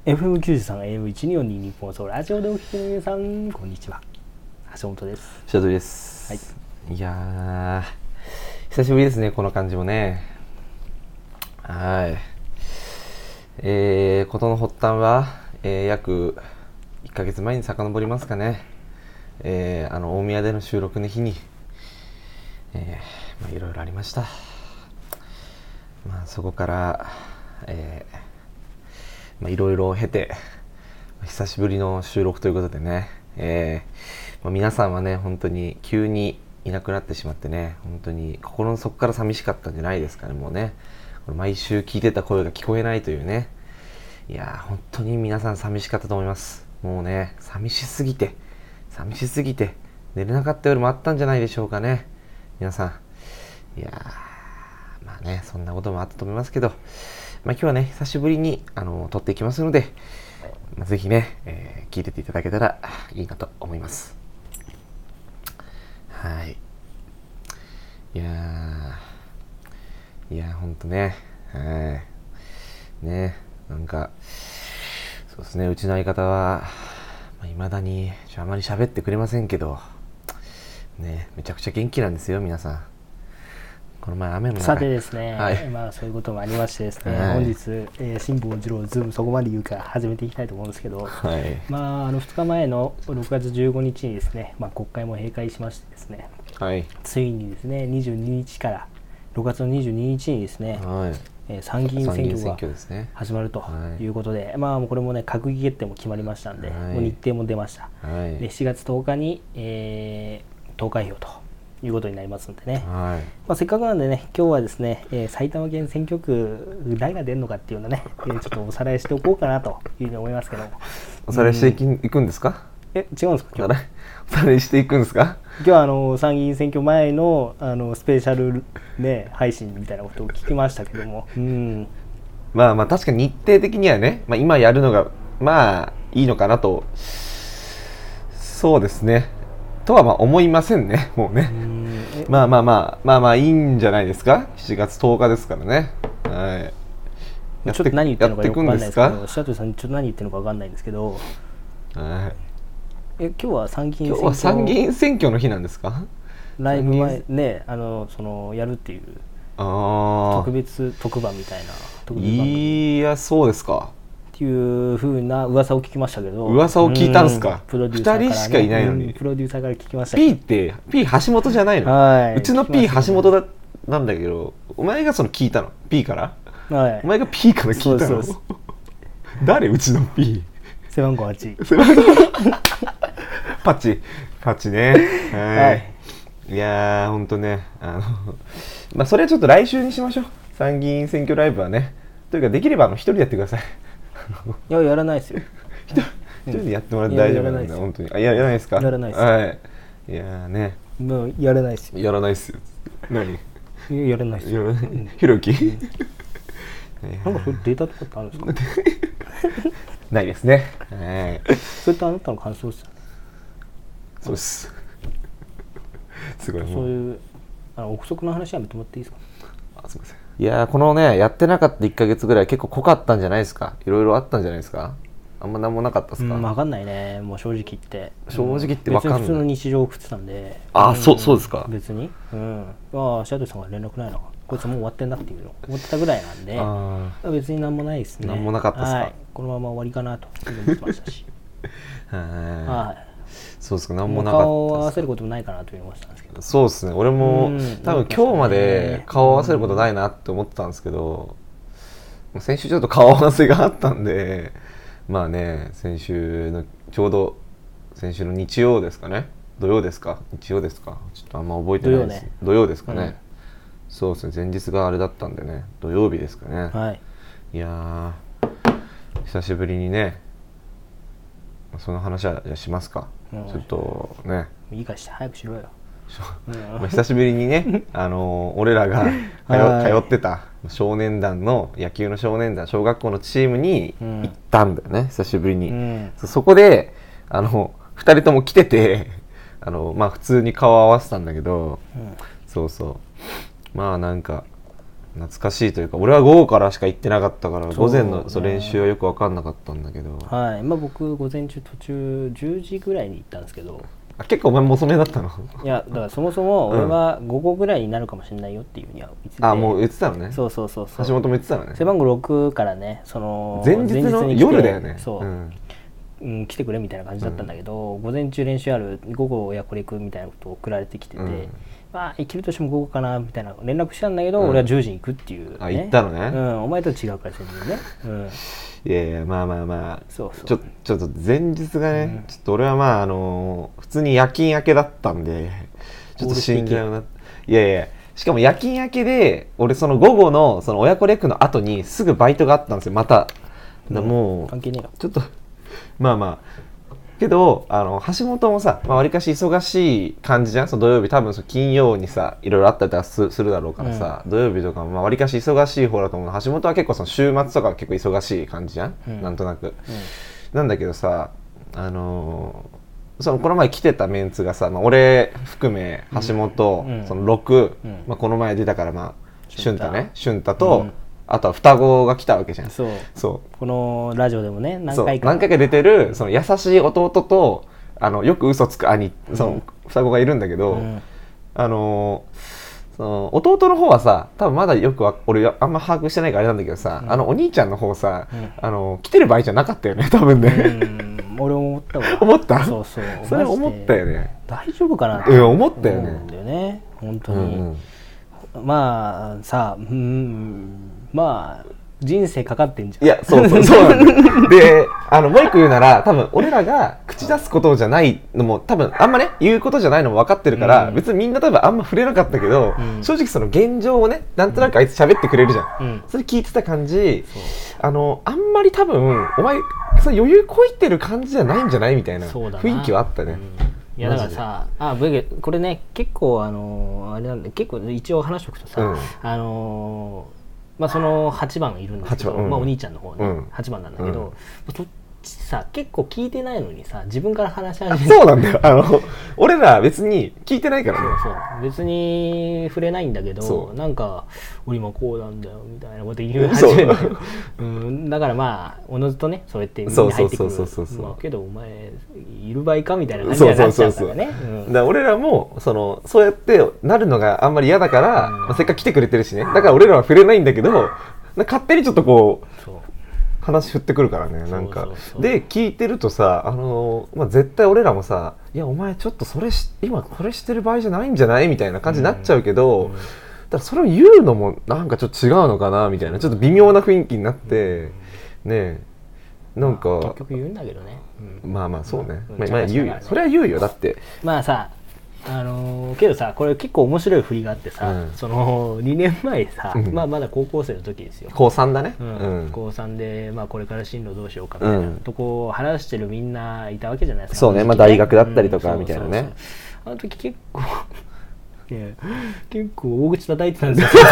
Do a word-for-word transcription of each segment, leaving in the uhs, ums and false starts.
エフエムきゅうじゅうさん エーエムせんにひゃくよんじゅうに 日本放送ラジオでお聞きの皆さん、こんにちは。橋本です。 白鳥です。はい。いやー、久しぶりですね、この感じもね。はい。えー、事の発端は、えー、約いっかげつまえに遡りますかね。えー、あの大宮での収録の日に、えー、まあいろいろありました。まあそこから、えー、まあいろいろ経て、久しぶりの収録ということでね、えーまあ、皆さんはね本当に急にいなくなってしまってね、本当に心の底から寂しかったんじゃないですかね。もうね、これ毎週聞いてた声が聞こえないというね、いやー本当に皆さん寂しかったと思います。もうね、寂しすぎて寂しすぎて寝れなかった夜もあったんじゃないでしょうかね、皆さん。いやーまあね、そんなこともあったと思いますけど、まあ、今日はね久しぶりにあの撮っていきますので、まあ、ぜひね、えー、聞いてていただけたらいいなと思います。はい。いやーいやーほんとね、はいね、なんかそうですね、うちの相方は、まあ、未だにちょあまり喋ってくれませんけどね、めちゃくちゃ元気なんですよ皆さん。この前雨の中、 さてですね、 はい、 まあそういうこともありましてですね、 はい、 本日、えー、辛坊治郎ズームそこまで言うか始めていきたいと思うんですけど、 はい、 まああのふつかまえのろくがつじゅうごにちにですね、まあ、国会も閉会しましてですね、 はい、 ついにですねにじゅうににちからろくがつのにじゅうににちにですね、 はい、 えー、参議院選挙が始まるということで、はい、まあこれもね閣議決定も決まりましたんで、はい、もう日程も出ました、はい、でしちがつとおかに、えー、投開票ということになりますのでね、はい、まあ、せっかくなんでね今日はですね、えー、埼玉県選挙区誰が出るのかっていうのをね、えー、ちょっとおさらいしておこうかなというふうに思いますけどおさらいしていき、うん、いくんですか？ え違うんですか？今日おさらいしていくんですか？ 今日はあの参議院選挙前のあのスペシャル、ね、配信みたいなことを聞きましたけども、うん、 まあまあ確かに日程的にはね、まあ、今やるのがまあいいのかなと、そうですねとはまあ思いませんね、もうね。うまあまあまあまあまあいいんじゃないですか。しちがつとおかですからね。はい。 ちょっと何言ってるのかよくわかんないですけど、白鳥さんちょっと何言ってるのかわかんないんですけど、はい、え今日は参議院選挙、 今日は参議院選挙の日なんですか？ ライブ前ね、あのそのやるっていうあ特別特番みたいな特別番組、 いやそうですかっていう風な噂を聞きましたけど、 噂を聞いたんですか？ プロデューサーから、ね、 ふたりしかいないのに、 うん、プロデューサーから聞きました。 P って P 橋本じゃないの？はい、うちの P 橋本だなんだけど、お前がその聞いたの P から、はい、お前が P から聞いたの？そうそうそう誰うちの P？ 背番号はちパチパチね、はい、はい、いやーほんとね、あのまあそれはちょっと来週にしましょう。参議院選挙ライブはね、というかできればあの一人でやってください。 いややらないですよ。 一人でやってもらって大丈夫なんだ、本当に。あ、やらないですか？ やらないです。 はい。いやーね。 もうやらないですよ。 やらないですよ。何？ やらないですよ。 ひろゆき？ なんかそれデータとかってあるんですか？ ないですね。はい。 それってあなたの感想ですよね。 そうです。すごい。 そういうあの憶測の話はやめてもらっていいですか？ あ、すみません。いやーこのねやってなかったいっかげつぐらい結構濃かったんじゃないですか。いろいろあったんじゃないですか。あんま何もなかったですか？ うん、分かんないね、もう正直言って。 正直言って分かんない。 別に普通の日常を送ってたんで。 あ、 うん、 そうそうですか。 別に。うん。ああ、シャドウさんが連絡ないな。こいつもう終わってんなっていうの思ってたぐらいなんで、あ別に何もないですね。 何もなかったですか？はい、 このまま終わりかなと思ってましたし。 はい。そうですか、何もなかった。 顔を合わせることもないかなと思ってたんですけど。 そうですね、俺も多分今日まで顔を合わせることないなって思ってたんですけど、先週ちょっと顔合わせがあったんで、まあね、先週のちょうど先週の日曜ですかね、土曜ですか、日曜ですか、ちょっとあんま覚えてないです。土曜ね、土曜ですかね、うん、そうですね、前日があれだったんでね、土曜日ですかね。はい、いやー久しぶりにね、その話はじゃあしますか。うん、ちょっとね、 いいかして早くしろよ。 まあ久しぶりにね、あのー、俺らが通, 通ってた少年団の野球の少年団小学校のチームに行ったんだよね、うん、久しぶりに、うん、そ, そこであのふたりとも来てて、あの、まあ、普通に顔合わせたんだけど、うん、そうそう、まあなんか懐かしいというか、俺は午後からしか行ってなかったから午前のそう練習はよく分かんなかったんだけど、 はい、まあ、僕午前中途中じゅうじぐらいに行ったんですけど、 あ、結構お前も遅めだったの？ いやだからそもそも俺は午後ぐらいになるかもしれないよっていうふうには言ってて、 あ、もう言ってたのね。 そうそうそうそう、 橋本も言ってたのね。 背番号ろくからね、その前日の夜だよね。 そう、うんうん、来てくれみたいな感じだったんだけど、うん、午前中練習ある、午後親子で行くみたいなことを送られてきてて、うん、まあ行けるとしても午後かなみたいな連絡したんだけど、うん、俺はじゅうじに行くっていう、ね、 あ、行ったのね、 うん、お前と違うから全然ね、うん、 いやいや、まあまあまあ、 そうそう、 ちょちょっと前日がね、うん、ちょっと俺はまああのー、普通に夜勤明けだったんでちょっと死んじゃうな。いやいや、しかも夜勤明けで俺その午後のその親子レクの後にすぐバイトがあったんですよ、また。だもう、うん、関係ねえよ、ちょっとまあまあけど、あの橋本もさ、わり、まあ、かし忙しい感じじゃん。その土曜日多分その金曜にさいろいろあったりとか す, するだろうからさ、うん、土曜日とかもわり、まあ、かし忙しい方だと思う。橋本は結構その週末とか結構忙しい感じじゃん、うん、なんとなく、うん、なんだけどさ、あのー、そのこの前来てたメンツがさ、まあ、俺含め橋本、うん、そのろく、うん、まあ、この前出たから、まあ俊太ね、俊太と、うん、あとは双子が来たわけじゃん。 そうそうこのラジオでもね何回か何回か出てるその優しい弟と、あのよく嘘つく兄、その双子がいるんだけど、うん、あのその弟の方はさ多分まだよくは俺あんま把握してないからあれなんだけどさ、うん、あのお兄ちゃんの方さ、うん、あの来てる場合じゃなかったよね多分ね。 うん俺思ったわ。 思った？ そうそう、 それ思ったよね。 大丈夫かなって思ったよね。 思うんだよね本当に、うんうん、まあさ、うんまあ人生かかってんじゃん。 いや、そうそうそうなんだで、あのもう一個言うなら、多分俺らが口出すことじゃないのも多分あんまね言うことじゃないのも分かってるから、うん、別にみんな多分あんま触れなかったけど、うん、正直その現状をねなんとなくあいつ喋ってくれるじゃん、うん、それ聞いてた感じ、あのあんまり多分お前その余裕こいてる感じじゃないんじゃないみたいな雰囲気はあったね。 いやだからさ、あこれね結構あのあれなんで結構一応話しておくとさ、うん、あのまあそのはちばんいるんですけど、うん、まあお兄ちゃんの方ね、うん、はちばんなんだけど、うん、そっちさ結構聞いてないのにさ自分から話し始めて。 そうなんだよ、あの俺ら別に聞いてないからね。 そうそう別に触れないんだけど、なんか俺今こうなんだよみたいなこと言い始める、うん、だからまあおのずとねそうやってみんな入ってくる。けどお前いる場合かみたいな感じになっちゃうからね。 だから俺らもそのそうやってなるのがあんまり嫌だから、うんまあ、せっかく来てくれてるしね、だから俺らは触れないんだけど勝手にちょっとこう話振ってくるからね、なんかそうそうそうで聞いてるとさ、あのーまあ、絶対俺らもさ、いやお前ちょっとそれし今これしてる場合じゃないんじゃないみたいな感じになっちゃうけど、うんうん、だからそれを言うのもなんかちょっと違うのかなみたいなちょっと微妙な雰囲気になって、うん、ねえなんか、まあ、 結局言うんだけどね、 うん、まあまあそうね、うんまあ、まあ言うよ、それは言うよ。だってまあさあのー、けどさこれ結構面白い振りがあってさ、うん、そのにねんまえさ、うん、まあまだ高校生の時ですよ。 高さんだね、 うんうん、高さんで、まあ、これから進路どうしようかみたいな、うん、とこを話してるみんないたわけじゃないですか。 そうね、まあ、大学だったりとかみたいなね、うん、そうそうそうあの時結構いや結構大口叩いてたんですよ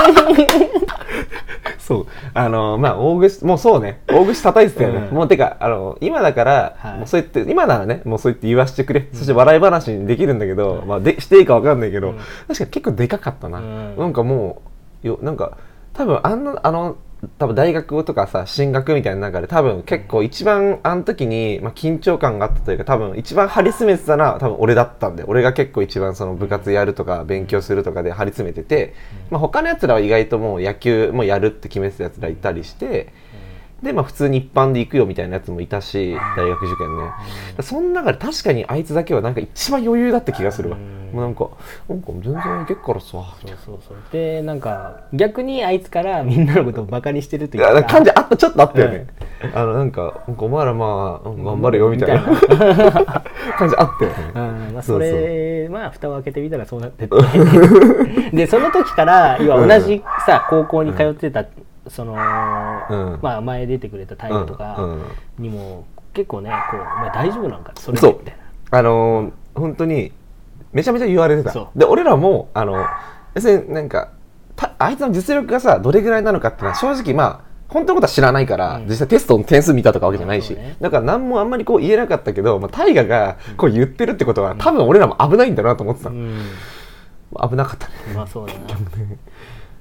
そうあのまあ大口もうそうね大口叩いてたよね、うん、もうてかあの今だから、はい、もうそう言って今ならねもうそう言って言わしてくれ、うん、そして笑い話にできるんだけど、うんまあ、でしていいか分かんないけど、うん、確かに結構でかかったな、うん、なんかもうよなんか多分あんなあの多分大学とかさ進学みたいな中で多分結構一番あの時に、まあ、緊張感があったというか多分一番張り詰めてたのは多分俺だったんで、俺が結構一番その部活やるとか勉強するとかで張り詰めてて、まあ、他のやつらは意外ともう野球もやるって決めてたやつらいたりしてで、まあ、普通に一般で行くよみたいなやつもいたし大学受験ね、その中で確かにあいつだけはなんか一番余裕だった気がするわ。もうなんかなんか全然いけっからさ。そうそうそうでなんか逆にあいつからみんなのことをバカにしてるというかいや感じあったちょっとあったよね、うん、あのなんかなんかお前らまあ頑張れよみたいな感じあったよね、 うんまあ、それまあ蓋を開けてみたらそうなっててでその時から要は同じさ、うん、高校に通ってた、うんそのうんまあ、前出てくれたタイムとかにも結構ねこうお前大丈夫なんかそれでみたいなあのー、本当にめちゃめちゃ言われてた。で俺らもあの別になんかあいつの実力がさどれぐらいなのかっていうのは正直まあ本当のことは知らないから、うん、実際テストの点数見たとかわけじゃないし、ね、だから何もあんまりこう言えなかったけど、まあ、大河がこう言ってるってことは、うん、多分俺らも危ないんだなと思ってた、うん、危なかったね。 まあそうだな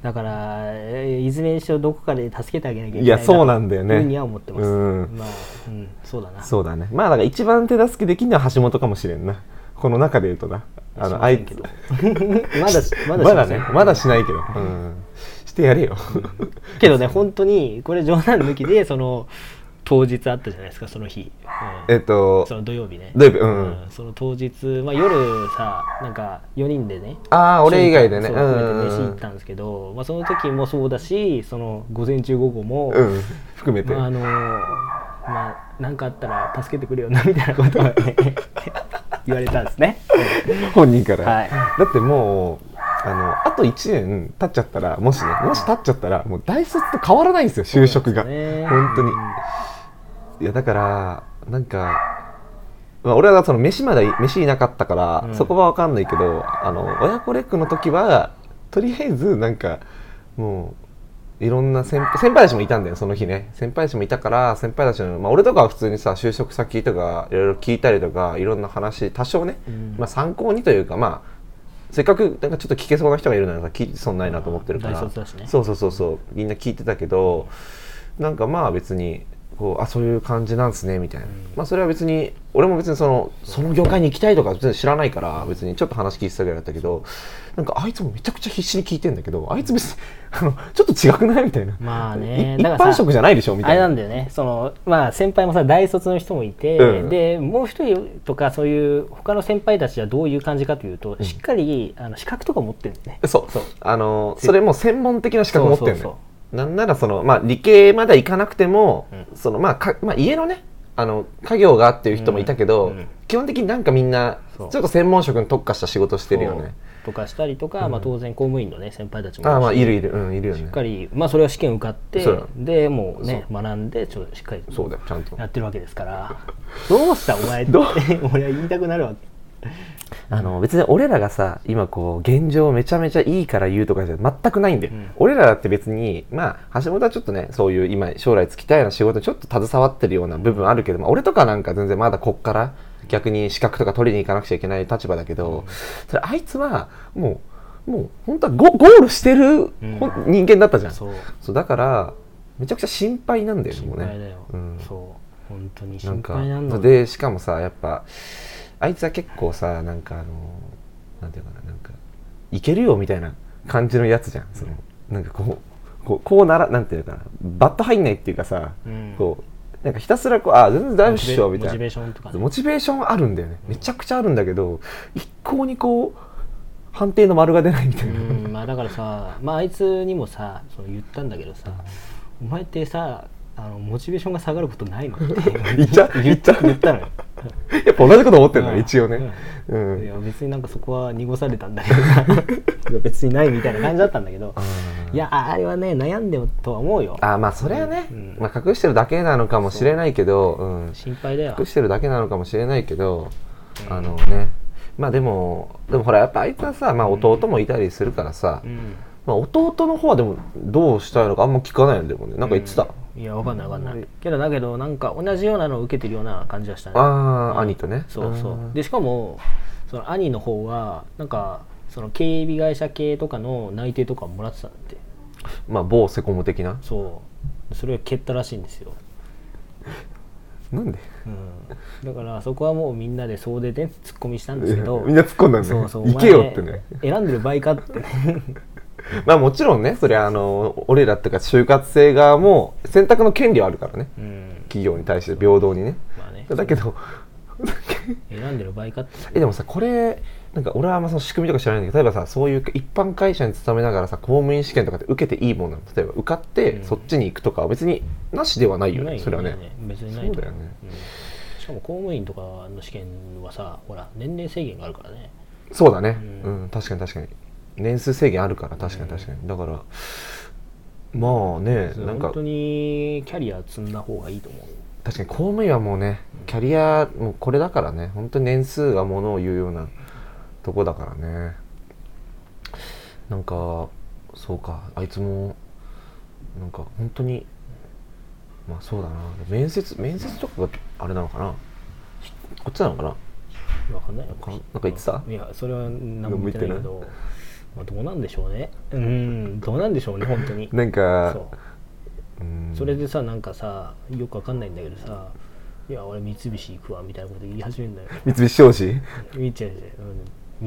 だからいずれにしろどこかで助けてあげなきゃいけない。 いやそうなんだよね。 ふうには思ってます。 うん、 まあ、うん、そうだな。 そうだね。まあだから一番手助けできるのは橋本かもしれんな。この中で言うとな。あのあいつまだまだまだねまだしないけど、うん、してやれよ。 けどね本当にこれ冗談抜きでその当日あったじゃないですかその日、 うん、えっとその土曜日ね土曜日、うんうんうん、その当日、まあ、夜さなんかよにんでねああ俺以外でねそう含めて飯行ったんですけど、うん、まあ、その時もそうだしその午前中午後も、 うん、含めて、 まああのまあ何かあったら助けてくれよなみたいなことはね言われたんですね本人から、 はい、だってもうあのあといちねん経っちゃったらもしねもし経っちゃったらもう大卒と変わらないんですよ就職が、ね、本当に、うん、いやだからなんか、まあ、俺はその飯まで飯いなかったから、うん、そこは分かんないけどあの親子レックの時はとりあえずなんかもういろんな先輩、先輩たちもいたんだよその日ね先輩たちもいたから先輩たちの、まあ、俺とかは普通にさ就職先とかいろいろ聞いたりとかいろんな話多少ね、うんまあ、参考にというかまあせっかくなんかちょっと聞けそうな人がいるなら聞いてそうないなと思ってるから大卒だしねそうそうそうそうみんな聞いてたけどなんかまあ別にこうあそういう感じなんですねみたいな、うん、まあそれは別に俺も別にそのその業界に行きたいとか別に知らないから別にちょっと話聞いてたぐらいだったけどなんかあいつもめちゃくちゃ必死に聞いてんだけどあいつ別にあのちょっと違くないみたいなまあね一般職じゃないでしょみたいなあれなんだよねそのまあ先輩もさ大卒の人もいて、うん、でもう一人とかそういう他の先輩たちはどういう感じかというと、うん、しっかりあの資格とか持ってるんだよねそうそうあのそれも専門的な資格持ってるんだよなんならその、まあ、理系まではいかなくても、うんそのまあかまあ、家のねあの家業がっていう人もいたけど、うんうん、基本的になんかみんなちょっと専門職に特化した仕事してるよねとかしたりとか、うんまあ、当然公務員の、ね、先輩たちもあ、まあ、いるいる、うん、いるよねしっかり、まあ、それは試験受かってでもうね学んでちょっとしっかりそうだよちゃんとやってるわけですからどうしたお前って俺は言いたくなるわけあの別に俺らがさ今こう現状めちゃめちゃいいから言うとかじゃ全くないんで、うん、俺らだって別にまあ橋本はちょっとねそういう今将来就きたいような仕事にちょっと携わってるような部分あるけど、まあ、俺とかなんか全然まだこっから逆に資格とか取りに行かなくちゃいけない立場だけど、うん、それあいつはもうもう本当は ゴ, ゴールしてる、うん、人間だったじゃん、そうそうだからめちゃくちゃ心配なんだよねもうね心配だよ、うん、そう本当に心配なんだでしかもさやっぱあいつは結構さなんかあのなんていうかななんかいけるよみたいな感じのやつじゃんそのなんかこうこうこうならなんていうかなバット入んないっていうかさ、うん、こうなんかひたすらこうあ全然大丈夫っしょみたいなモチベーションとか、ね、 モチベーションあるんだよねめちゃくちゃあるんだけど一向にこう判定の丸が出ないみたいなうんまあだからさまああいつにもさその言ったんだけどさお前ってさあのモチベーションが下がることないのって言っちゃ言っちゃ言ったのよやっぱ同じこと思ってるの、うん、一応ね、 うんうん、いや別になんかそこは濁されたんだけど別にないみたいな感じだったんだけどいやあれはね悩んでるとは思うよあまあそれはね、うんまあ、隠してるだけなのかもしれないけど、うん、 心配だよ隠してるだけなのかもしれないけど、うん、あのねまあでもでもほらやっぱあいつはさ、まあ、弟もいたりするからさ、うんまあ、弟の方はでもどうしたいのかあんま聞かないんでもねなんか言ってた、 うん、いやわかんないわかんないけどだけどなんか同じようなのを受けてるような感じはしたねああ、うん、兄とねそうそうでしかもその兄の方はなんかその警備会社系とかの内定とかもらってたんだってまあ某セコム的なそうそれを蹴ったらしいんですよなんで、 うん、だからそこはもうみんなで総出でツッコミしたんですけどみんな突っ込んだんで、ね、そうそう行けよってね選んでる場合かってねまあもちろんねそれはあの俺らっていうか就活生側も選択の権利はあるからね、うん、企業に対して平等にね、まあねだけど選んでる場合かってえでもさこれなんか俺はあんまその仕組みとか知らないんだけど例えばさそういう一般会社に勤めながらさ公務員試験とかって受けていいものなの例えば受かってそっちに行くとかは別になしではないよね、うん、それはね別にないそうだよね、うん、しかも公務員とかの試験はさほら年齢制限があるからねそうだね、うん、うん、確かに確かに年数制限あるから確かに確かに、うん、だからまあねなんか本当にキャリア積んだ方がいいと思う確かに公務員はもうねキャリアもうこれだからね本当に年数がものを言うようなとこだからねなんかそうかあいつもなんか本当にまあそうだな面接面接とかがあれなのかなこっちなのかな分かんないなんか言ってたいやそれは何も言ってないけどどうなんでしょうね。うんどうなんでしょうね本当に。 なんかそう、うん、それでさなんかさよくわかんないんだけどさ、いや俺三菱行くわみたいなこと言い始めるんだよ。 三菱商事？ 見ちゃうじゃん、うん、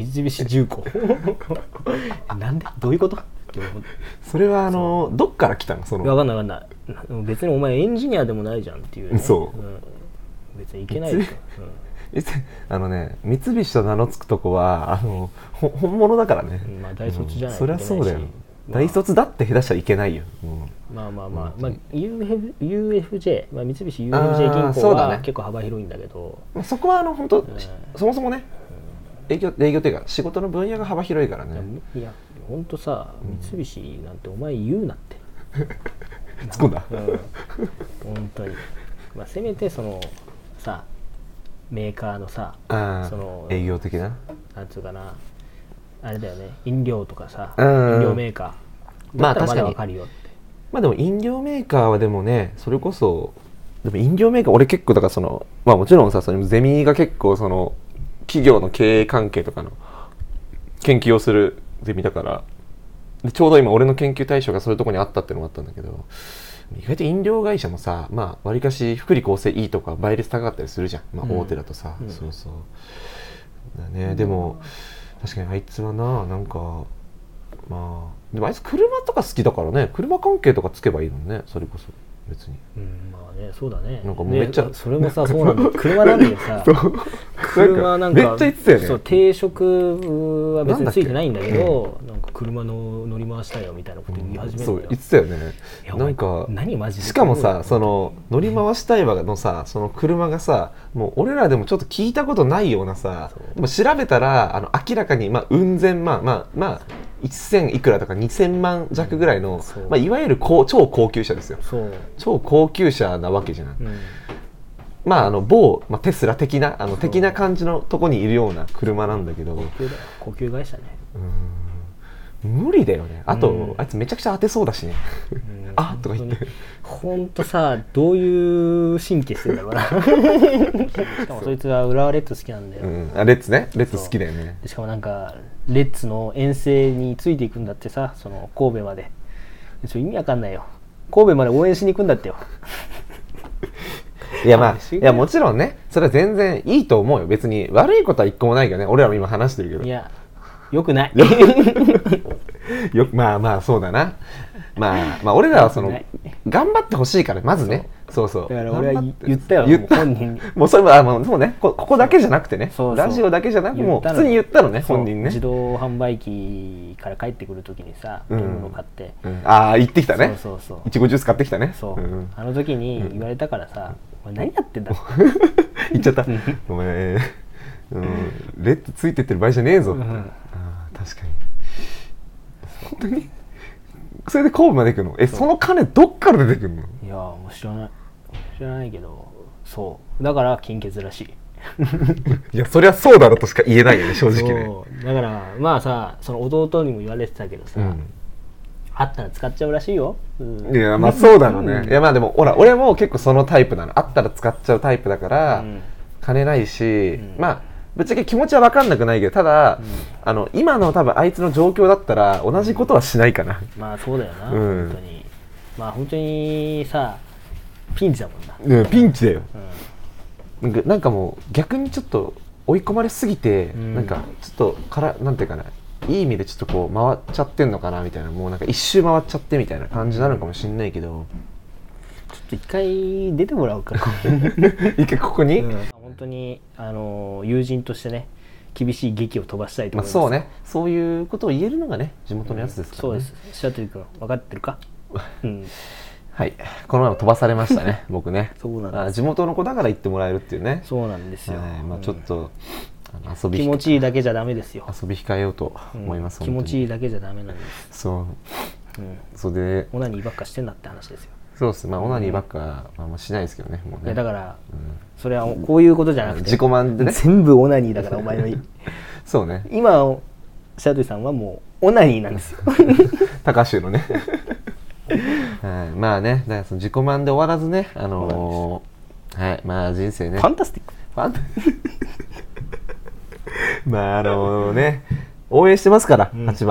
三菱重工なんでどういうこと？ それはあのどっから来たの？その分かんない分かんない。別にお前エンジニアでもないじゃんっていう、ね、 そう、 うん、別にいけないでしょ、 うん、あのね三菱と名の付くとこはあのほ本物だからね、 うん、まあ大卒じゃない、 うん、そりゃそうだよ、まあ、大卒だって下手したらいけないよ、うん、 まあまあまあ、まあ、ユーエフジェー、まあ、三菱 ユーエフジェー 銀行は、ね、結構幅広いんだけど、 まあ、そこはあの本当、うん、そもそもね営業営業というか仕事の分野が幅広いからね。 いやほんとさ三菱なんてお前言うなってつくんだ、 うん、本当に、まあ、せめてそのさメーカーのさその営業的ななんつうかなあれだよね飲料とかさ飲料メーカーだったらまだわかるよって。 まあでも飲料メーカーはでもねそれこそでも飲料メーカー俺結構だからそのまあもちろんさそのゼミが結構その企業の経営関係とかの研究をするゼミだからでちょうど今俺の研究対象がそういうところにあったっていうのもあったんだけど意外と飲料会社もさまあわりかし福利厚生いいとか倍率高かったりするじゃん、まあ、大手だとさ、うん、そうそうだね、うん、でも確かにあいつはななんかまあでもあいつ車とか好きだからね車関係とかつけばいいのねそれこそ別に、 うん、まあねそうだねなんかもうめっちゃそれもさそうなんだ車なんだけどさ車なんかめっちゃ言ってたよね。 そう定食は別についてないんだけどなんか車の乗り回したよみたいなこと言い始めるんだよ、 うん、そう言ってたよね。なんか何マジでしかもさその乗り回したいわのさその車がさもう俺らでもちょっと聞いたことないようなさもう調べたらあの明らかにまあうん千万まあまあせんいくらとかにせんまん弱ぐらいの、まあ、いわゆる高超高級車ですよ。超高級車なわけじゃん、うん、まああの某、まあ、テスラ的なあの的な感じのとこにいるような車なんだけど高級だよ高級会社ね。 うん無理だよね。あと、うん、あいつめちゃくちゃ当てそうだしね、うん、あとか言ってほんとさどういう神経してんだろうなしかもそいつは浦和レッズ好きなんだよ、 うん、あレッツねレッツ好きだよね。 しかもなんかレッツの遠征についていくんだってさその神戸までちょ意味わかんないよ神戸まで応援しに行くんだってよいやまあいやもちろんねそれは全然いいと思うよ別に悪いことは一個もないけどね俺らも今話してるけどいやよくないよまあまあそうだなまあまあ俺らはその頑張ってほしいからまずねそうそうだから俺は言ったよ言った本人にもうそれもあもうそうねこここだけじゃなくてねそうそうラジオだけじゃなくもう普通に言ったのね本人ね自動販売機から帰ってくるときにさ飲み物買って、 うんうん、ああ行ってきたねそうそうそういちごジュース買ってきたねそう、うん、あの時に言われたからさ、うん、お前何やってんだ言っちゃったお前、うん、レッドついてってる場合じゃねえぞ、うん、あ確かに本当にそれで神戸まで行くのえ そ, その金どっから出てくるの。 いやもう知らない知らないけどそうだから金欠らしいいやそりゃそうだろとしか言えないよね正直ね。 そうだからまあさその弟にも言われてたけどさ、うん、あったら使っちゃうらしいよ、 うん、いやまあそうだろうね、うん、いやまあでもほら俺も結構そのタイプなのあったら使っちゃうタイプだから、うん、金ないし、うん、まあぶっちゃけ気持ちは分かんなくないけどただ、うん、あの今の多分あいつの状況だったら同じことはしないかな。 まあそうだよな、うん、本当にまあ本当にさピンチだもんな、 うん、ピンチだよ、うん、なんか、なんかもう逆にちょっと追い込まれすぎて、うん、なんかちょっとからなんていうかないい意味でちょっとこう回っちゃってんのかなみたいなもうなんか一周回っちゃってみたいな感じなのかもしれないけど、うん、ちょっと一回出てもらおうか一回ここに、 うん本当にあの友人としてね厳しい劇を飛ばしたいと思います。 まあ、そうねそういうことを言えるのがね地元のやつですからね、うん、 そうですシャトリ君分かってるか、うん、 はいこのまま飛ばされましたね僕ねそうなんですあ地元の子だから言ってもらえるっていうねそうなんですよ、 はいまあ、ちょっと、うん、遊び気持ちいいだけじゃダメですよ遊び控えようと思います、 うん、気持ちいいだけじゃダメなんですそう、うん、それでオナニーばっかしてんだって話ですよ。 そうですまあオナニーばっか、まあ、もうしないですけどねもうねいやだから、うん、それはこういうことじゃなくて自己満でね全部オナニーだからお前のそうね今シャトリさんはもうオナニーなんですよ高橋のねはい、まあねだからその自己満で終わらずねあのー、はいまあ人生ねファンタスティックファンタまああのー、ね応援してますから、うん、はちばん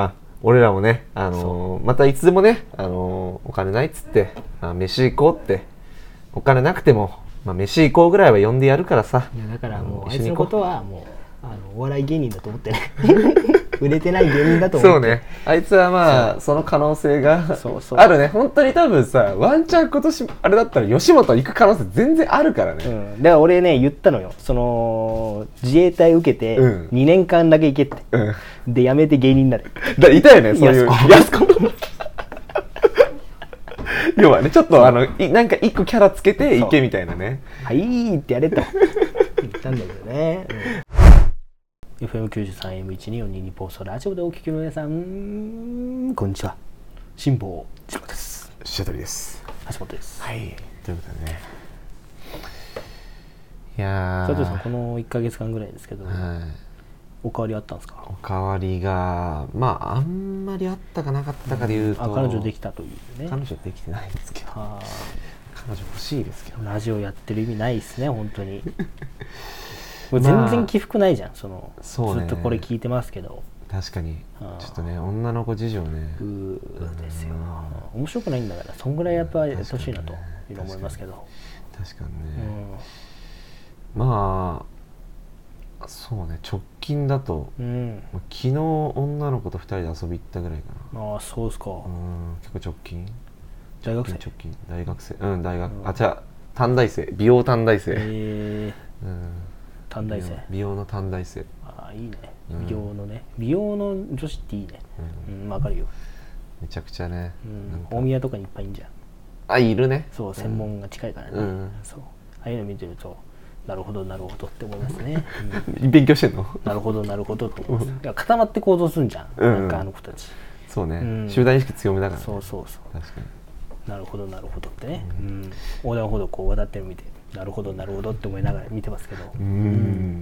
俺らもね、あのー、またいつでもね、あのー、お金ないっつって、まあ、飯行こうって、お金なくても、まあ、飯行こうぐらいは呼んでやるからさ。 いやだからもうあいつのことはもうあのお笑い芸人だと思ってね売れてない芸人だと思って。 そうね、あいつはまあ そ, その可能性がそうそうあるね。本当に多分さ、ワンチャン今年あれだったら吉本行く可能性全然あるからね、 うん、だから俺ね言ったのよ、その自衛隊受けてにねんかんだけ行けって、うん、でやめて芸人になる。 だいたよね、そういうやすこ要はね、ちょっとあのなんか一個キャラつけていけみたいなね。 はいってやれと言ったんだけどね、うん、エフエムきゅうじゅうさんエムいちにーよんにーに放送ラジオでお聞きの皆さん、こんにちは。辛坊治郎です。 白鳥です。 橋本です。 はい、ということでね、いやー白鳥さん、このいっかげつかんぐらいですけど、はい、お変わりあったんですか？ お変わりがまああんまりあったかなかったかでいうと、うん、 あ彼女できたというね。 彼女できてないんですけど、は彼女欲しいですけど、 ラジオやってる意味ないですね本当にもう全然起伏ないじゃん、そのそう、ね、ずっとこれ聞いてますけど。 確かにちょっとね、女の子事情ね、 うーですよ。面白くないんだから、そんぐらいやっぱやってほしいなというの思いますけど。 確かにね、うん、まあそうね、直近だと、うん、昨日女の子とふたりで遊び行ったぐらいかな。 ああ、そうですか。うん、 結構直近。 大学生？ 直近大学生、うん、大学、うん、あ、じゃあ短大生、美容短大生。へえー、うん、短大生。 美容の短大生。 ああ、いいね。美容のね、美容の女子っていいね。うん、わ、うん、かるよ。 めちゃくちゃね、 うん、大宮とかにいっぱいいんじゃん。 あ、いるね。 そう、専門が近いからね、うん、そう、ああいうの見てるとなるほどなるほどって思いますね、 うん、勉強してんの？ なるほどなるほどって思います。いや、固まって行動するんじゃん、うん、なんかあの子たち。 そうね、うん、集団意識強めだからね。 そうそうそう、 確かになるほどなるほどってね、うんうん、横断歩道こう渡ってるの見てなるほどなるほどって思いながら見てますけど、うん、うん、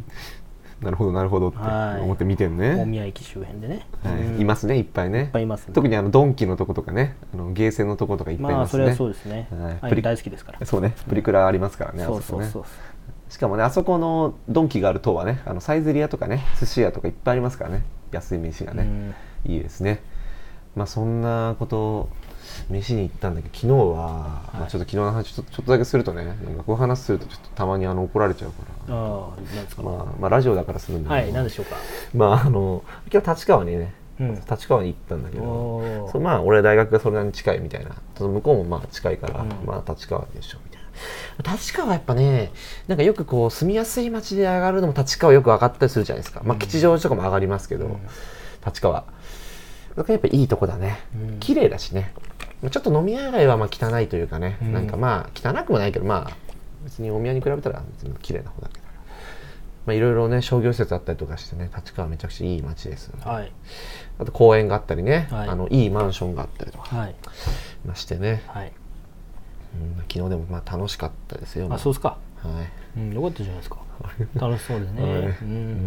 なるほどなるほどって思って見てるね。 大宮駅周辺でね、 はい、うん、いますね、いっぱいね。いっぱいいますね。 特にあのドンキのとことかね、あのゲーセンのとことかいっぱいいますね。 まあそれはそうですね、はい、プリ大好きですから。 そうね、プリクラありますからね、 うん、あそこね。そうそうそう。 しかもね、あそこのドンキがある塔はね、あのサイゼリヤとかね、寿司屋とかいっぱいありますからね、安い飯がね、うん、いいですね。まあそんなこと飯に行ったんだけど、昨日は、はい、まあ、ちょっと昨日の話ちょっと、ちょっとだけするとね、なんかこういう話するとちょっとたまにあの怒られちゃうから、 ああ、なんですか、 まあ、まあラジオだからするんだけど、 はい、なんでしょうか。 まああの今日立川にね、うん、立川に行ったんだけど、そまあ俺大学がそれなりに近いみたいな、その向こうもまあ近いから、うん、まあ立川でしょみたいな。立川はやっぱね、なんかよくこう住みやすい街で上がるのも立川よく上がったりするじゃないですか。まあ吉祥寺とかも上がりますけど、うん、立川やっぱいいとこだね、うん、綺麗だしね。ちょっと飲み屋街はまあ汚いというかね、うん、なんかまあ汚くもないけど、まあ別に大宮に比べたら別に綺麗な方だけど、まあいろいろね商業施設あったりとかしてね、立川めちゃくちゃいい街です、ね、はい、あと公園があったりね、はい、あのいいマンションがあったりとか、はい、ましてね、はい、うん、昨日でもまあ楽しかったですよ。 あ、そうですか。 はい、 うん、よかったじゃないですか。楽しそうでね、はい、うん、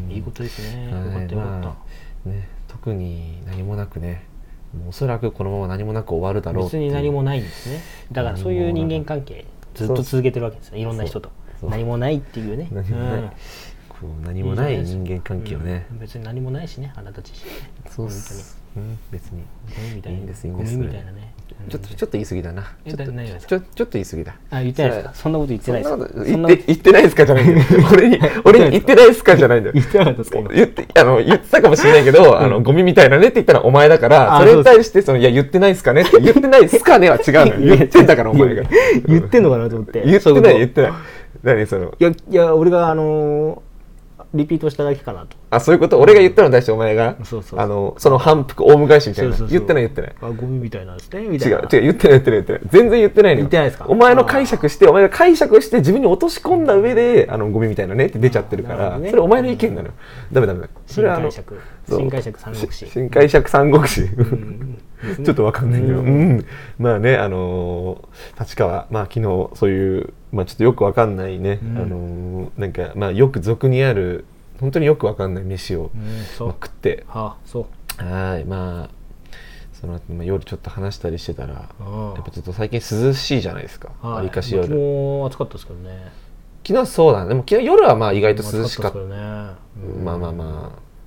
いいことですね。はい、よかったよかった、まあ、 ね、特に何もなくね、おそらくこのまま何もなく終わるだろうっていう。 別に何もないんですね。だからそういう人間関係ずっと続けてるわけですよ、いろんな人と。何もないっていうね、 何もない、うん、こう何もない人間関係をね、 うん、別に何もないしね、あなた自身。 そうです、うん、別にゴミみたいな、いいんです、いいんです。 ゴミみたいなね。 ちょっとちょっと言い過ぎだな。ちょっとちょちょっと言い過ぎだ。 あ、言ってないですか。そんなこと言ってないですか。 言って言ってないですかじゃないんだよ。俺に俺に言ってないですかじゃないんだよ。 言ってなかったですか。 言ってあの言ってたかもしれないけど、あのゴミみたいなねって言ったらお前だから、それに対してそのいや言ってないですかねって言ってないですかねは違うのよ。言ってんだからお前が。 言ってんのかなと思って。 言ってない言ってない。何その。 いやいや俺があのリピートしただけかなと。 あ、そういうこと。俺が言ったのに対してお前が、そうそうそう、あのその反復オウム返しみたいな。そうそうそう、言ってない言ってない。 あ、ゴミみたいなんですねみたいな。 違う違う、言ってない言ってない言ってない。全然言ってないのよ。 言ってないですか。 お前の解釈して、お前が解釈して自分に落とし込んだ上で、あのゴミみたいなねって出ちゃってるから、ね、それお前の意見なのよ。ダメダメ。それはあの新解釈三国志。 新解釈三国志。ちょっとわかんないけど、うん、まあね、あのー、立川、まあ昨日そういう、まあちょっとよくわかんないね、うん、あのー、なんかまあよく俗にある本当によくわかんない飯を、うん、まあ、食って、 はあ、そうはい、まあその後、まあ、夜ちょっと話したりしてたら、やっぱちょっと最近涼しいじゃないですか。わりかし夜。 昨日暑かったですけどね。 昨日そうだね。でも昨日夜はまあ意外と涼しかった。 ね、うん、 まあまあまあ。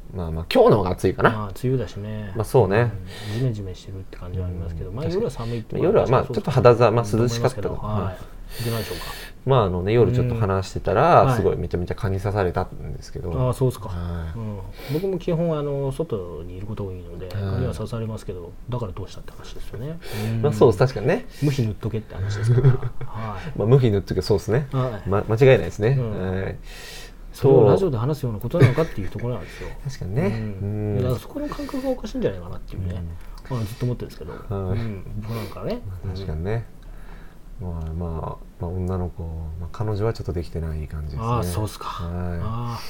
まあまあ今日の方が暑いかな。 まあ梅雨だしね。 まあそうね、 うん、ジメジメしてるって感じはありますけど、まあ夜は寒いって。 夜はまあちょっと肌寒、まあ涼しかったの。 はい。いけないでしょうか。 まああのね、夜ちょっと話してたらすごいめちゃめちゃ蚊に刺されたんですけど、 はい、ああそうですか、うん、僕も基本あの外にいることが多いので蚊には刺されますけど、だからどうしたって話ですよね。 まあそうです、確かにね、 無比塗っとけって話ですから、はい、 まあ無比塗っとけ、そうですね、はい、ま、間違いないですね、うんはい、 それをラジオで話すようなことなのかっていうところなんですよ。 確かにね、 うん、だからそこの感覚がおかしいんじゃないかなっていうね、うんまあ、ずっと思ってるんですけど、はい、うん、僕なんかね、 確かにね、まあまあ、まあ、女の子、まあ、彼女はちょっとできてない感じですね。 ああ、そうですか。 はい。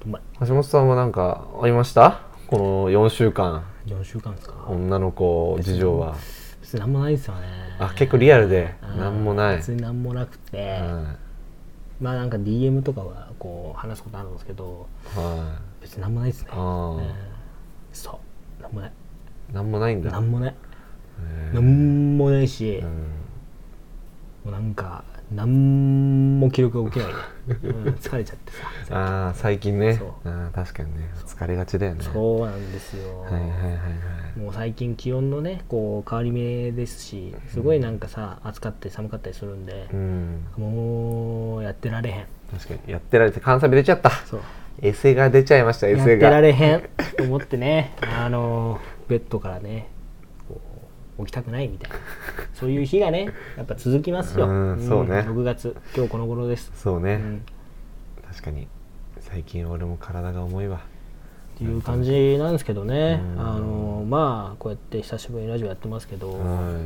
橋本さんは何かありました？このよんしゅうかん。 よんしゅうかんですか。 女の子事情は。 別に何もないですよね。 あ、結構リアルで何もない。 別に何もなくて、はい、まあなんか ディーエム とかはこう話すことあるんですけど、はい、別に何もないですね。あ、えー、そう、何もない。 何もないんだ。 何もない。何もないし。うん、もうなんか何も記録が起きないね、うん、疲れちゃってさああ最近ね、あ確かにね疲れがちだよね。 そうなんですよ。はいはいはいはい。もう最近気温のねこう変わり目ですし、すごいなんかさ暑かったり寒かったりするんで、うん、もうやってられへん。 確かにやってられて関西弁出ちゃった。そうエセが出ちゃいました。エセがやってられへんと思ってねあのベッドからね起きたくないみたいなそういう日がねやっぱ続きますよ。うん、そうね、ろくがつ今日この頃です。 そうね、うん、確かに最近俺も体が重いわっていう感じなんですけどね、うん、あのまあこうやって久しぶりにラジオやってますけど、はい、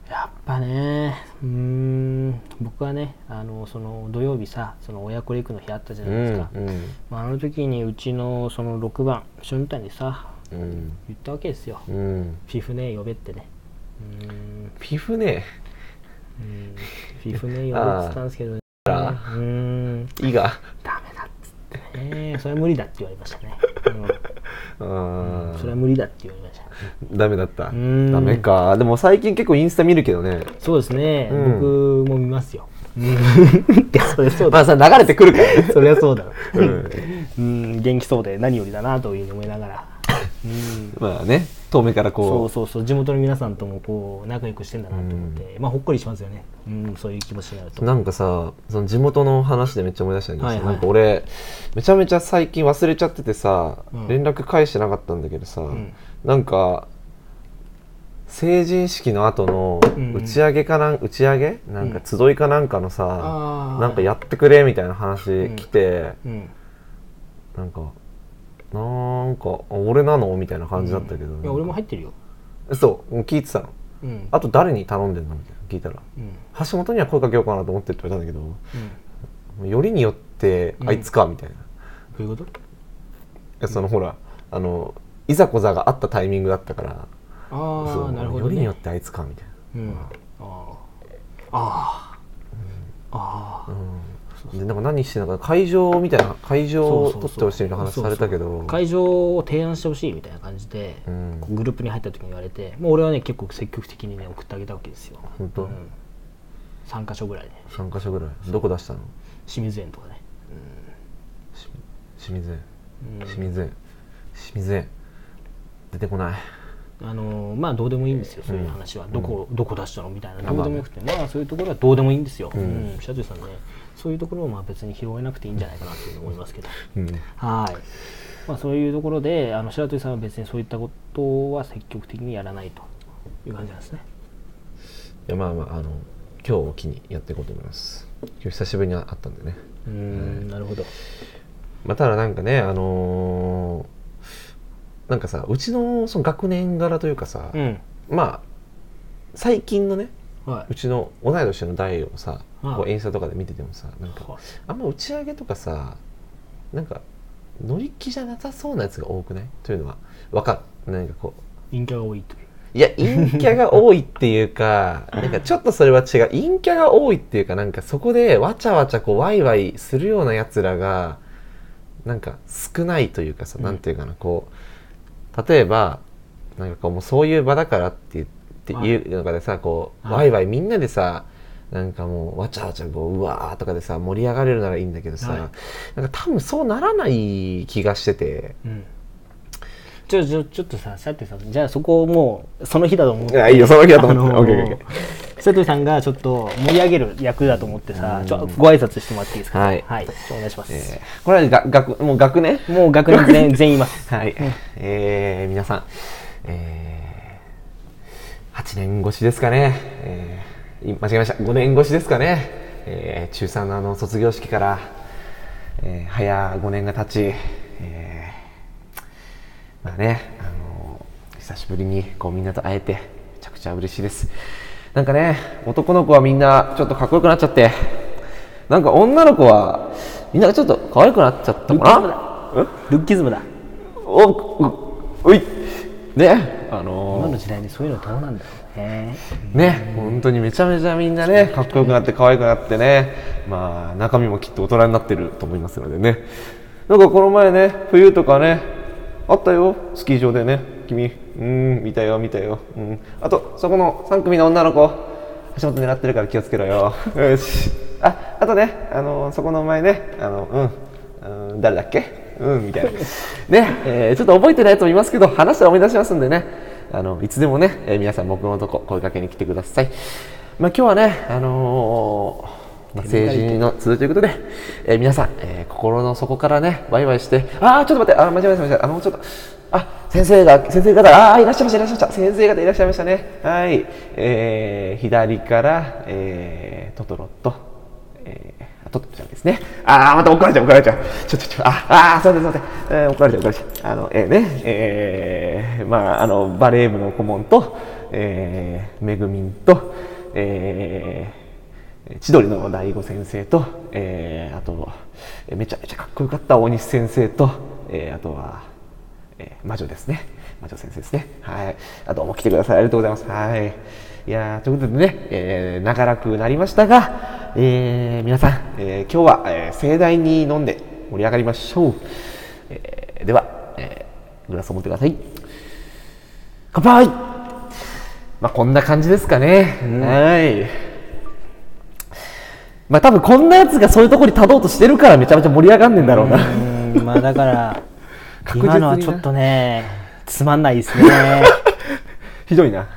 やっぱねうーん僕はねあのその土曜日さその親子陸の日あったじゃないですか、うんうんまあ、あの時にうちのそのろくばんシュンタにさうん、言ったわけですよ、うん、フィフネ呼べってね。 うんフィフネ、 うん、フィフネ呼べって言ったんですけどね、 うんいいがダメだっつってねそれは無理だって言われましたね、うんうん、それは無理だって言われました。 ダメだった。ダメか。でも最近結構インスタ見るけどね。 そうですね、うん、僕も見ますよ。それそうだ。まあさ流れてくるからね。 そりゃそうだろう、うん、元気そうで何よりだなというふうに思いながらうん、まあね遠目からこうそうそうそう地元の皆さんともこう仲良くしてんだなと思って、うん、まあほっこりしますよね、うん、そういう気持ちになると。 なんかさその地元の話でめっちゃ思い出したんですけど、はいはい、なんか俺めちゃめちゃ最近忘れちゃっててさ、うん、連絡返してなかったんだけどさ、うん、なんか成人式の後の打ち上げかなん、うん、打ち上げなんか集いかなんかのさ、うん、なんかやってくれみたいな話来て、うんうん、なんかなんか俺なのみたいな感じだったけど、うん、 いや俺も入ってるよ。 そう聞いてたの、うん、あと誰に頼んでんのみたいな聞いたら、うん、橋本には声かけようかなと思ってって言われたんだけど、うん、よりによってあいつかみたいな、 どういうこと？いやその、うん、ほらあのいざこざがあったタイミングだったからああなるほど、ね、 よりによってあいつかみたいな、うん、あああああ、うんでなんか何してんのか会場みたいな会場を取ってほしいみたいな話されたけど会場を提案してほしいみたいな感じで、うん、グループに入った時に言われてもう俺はね結構積極的にね送ってあげたわけですよ。 本当、うん、 さんかしょぐらいね。 さんかしょぐらいどこ出したの？ 清水園とかね、 うん、清水園、うん、清水園清水園出てこない。 あのー、まあどうでもいいんですよそういう話は、うん、どこどこ出したのみたいなどうでもよくて、まあそういうところはどうでもいいんですよ。うん、白鳥さんねそういうところをまあ別に拾えなくていいんじゃないかなというふうに思いますけど、うん、はい、まあ、そういうところであの白鳥さんは別にそういったことは積極的にやらないという感じなんですね。 いやまあまああの今日を機にやっていこうと思います。今日久しぶりに会ったんでね。 うーん、はい、なるほど。 まあ、ただなんかねあのー、なんかさうちのその学年柄というかさ、うん、まあ最近のね、はい、うちの同い年の代をさこうインスタとかで見ててもさなんかあんま打ち上げとかさなんか乗り気じゃなさそうなやつが多くないというのは分かる。なんかこう陰キャが多いといういや陰キャが多いっていうかなんかちょっとそれは違う陰キャが多いっていうかなんかそこでわちゃわちゃこうワイワイするようなやつらがなんか少ないというかさ、うん、なんていうかなこう例えばなんかこうもうそういう場だからって言っていうのがでさこうワイワイみんなでさなんかもうわちゃわちゃこううわーとかでさ盛り上がれるならいいんだけどさ、はい、なんか多分そうならない気がしてて、うん、 ちょちょちょっとささてさじゃあそこをもうその日だと思って、 いやいいよその日だと思って、あのー、 佐藤さんがちょっと盛り上げる役だと思ってさ、ちょご挨拶してもらっていいですか。はい、はい、お願いします。 えー、これはが学もう学年もう学年全全員います。 はい、うん、えー、皆さん、えー、はちねん越しですかね、えー、間違えましたごねん越しですかね、えー、中さんのあの卒業式から、えー、早ごねんが経ち、えー、まあね、あのー、久しぶりにこうみんなと会えてめちゃくちゃ嬉しいです。なんかね、男の子はみんなちょっとかっこよくなっちゃって、なんか女の子はみんなちょっと可愛くなっちゃったかな。 ルッキズムだ。 おおおいね、あのー、 今の時代にそういうのどうなんだろうね。 ね、本当にめちゃめちゃみんなねかっこよくなって可愛くなってね、まあ中身もきっと大人になってると思いますのでね。なんかこの前ね冬とかねあったよスキー場でね。君、うん、見たよ見たよ、うん、あとそこのさん組の女の子足元狙ってるから気をつけろよよし、あ、あとね、あのそこの前ね、あのうん、うん、誰だっけ、うんみたいなね、えー、ちょっと覚えてないやつもいますけど話したら思い出しますんでね、あのいつでもね、えー、皆さん僕のとこ声かけに来てください。まあ今日はね、あのーまあ、成人の通ということで、えー、皆さん、えー、心の底からねワイワイして、あーちょっと待って、あ間違えました間違えました、あのちょっとあ先生が先生方ああいらっしゃいましたいらっしゃいました先生方いらっしゃいましたね。はい、えー、左から、えー、トトロと、えー、トトロちゃんですね。ああまた怒られちゃう怒られちゃうちょちょちょああすいませんすいません、えー、怒られちゃう怒られちゃうあのえー、ねえー、まああのバレー部の顧問と、えー、めぐみんと、えー、千鳥の大悟先生と、えー、あとめちゃめちゃかっこよかった大西先生と、えー、あとはえー、魔女ですね魔女先生ですね。はい、あどうも来てくださいありがとうございます。はい、いやということでね、えー、長らくなりましたが、えー、皆さん、えー、今日は、えー、盛大に飲んで盛り上がりましょう。えー、では、えー、グラスを持ってください。乾杯。まあこんな感じですかね。うん、はいまあ多分こんなやつがそういうところに立とうとしてるからめちゃめちゃ盛り上がんねんだろうな。 うんまあだから今のはちょっとねつまんないですねひどいな、 うん、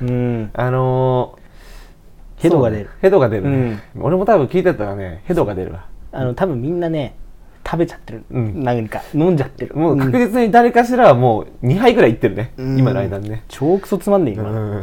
あのー、ヘドが出るヘドが出るね、うん、俺も多分聞いてたらねヘドが出るわ。 あの多分みんなね食べちゃってる、うん、何か飲んじゃってる。 もう確実に誰かしらはもうにはいぐらいいってるね、うん、今の間にね。 超クソつまんねえ今、うん、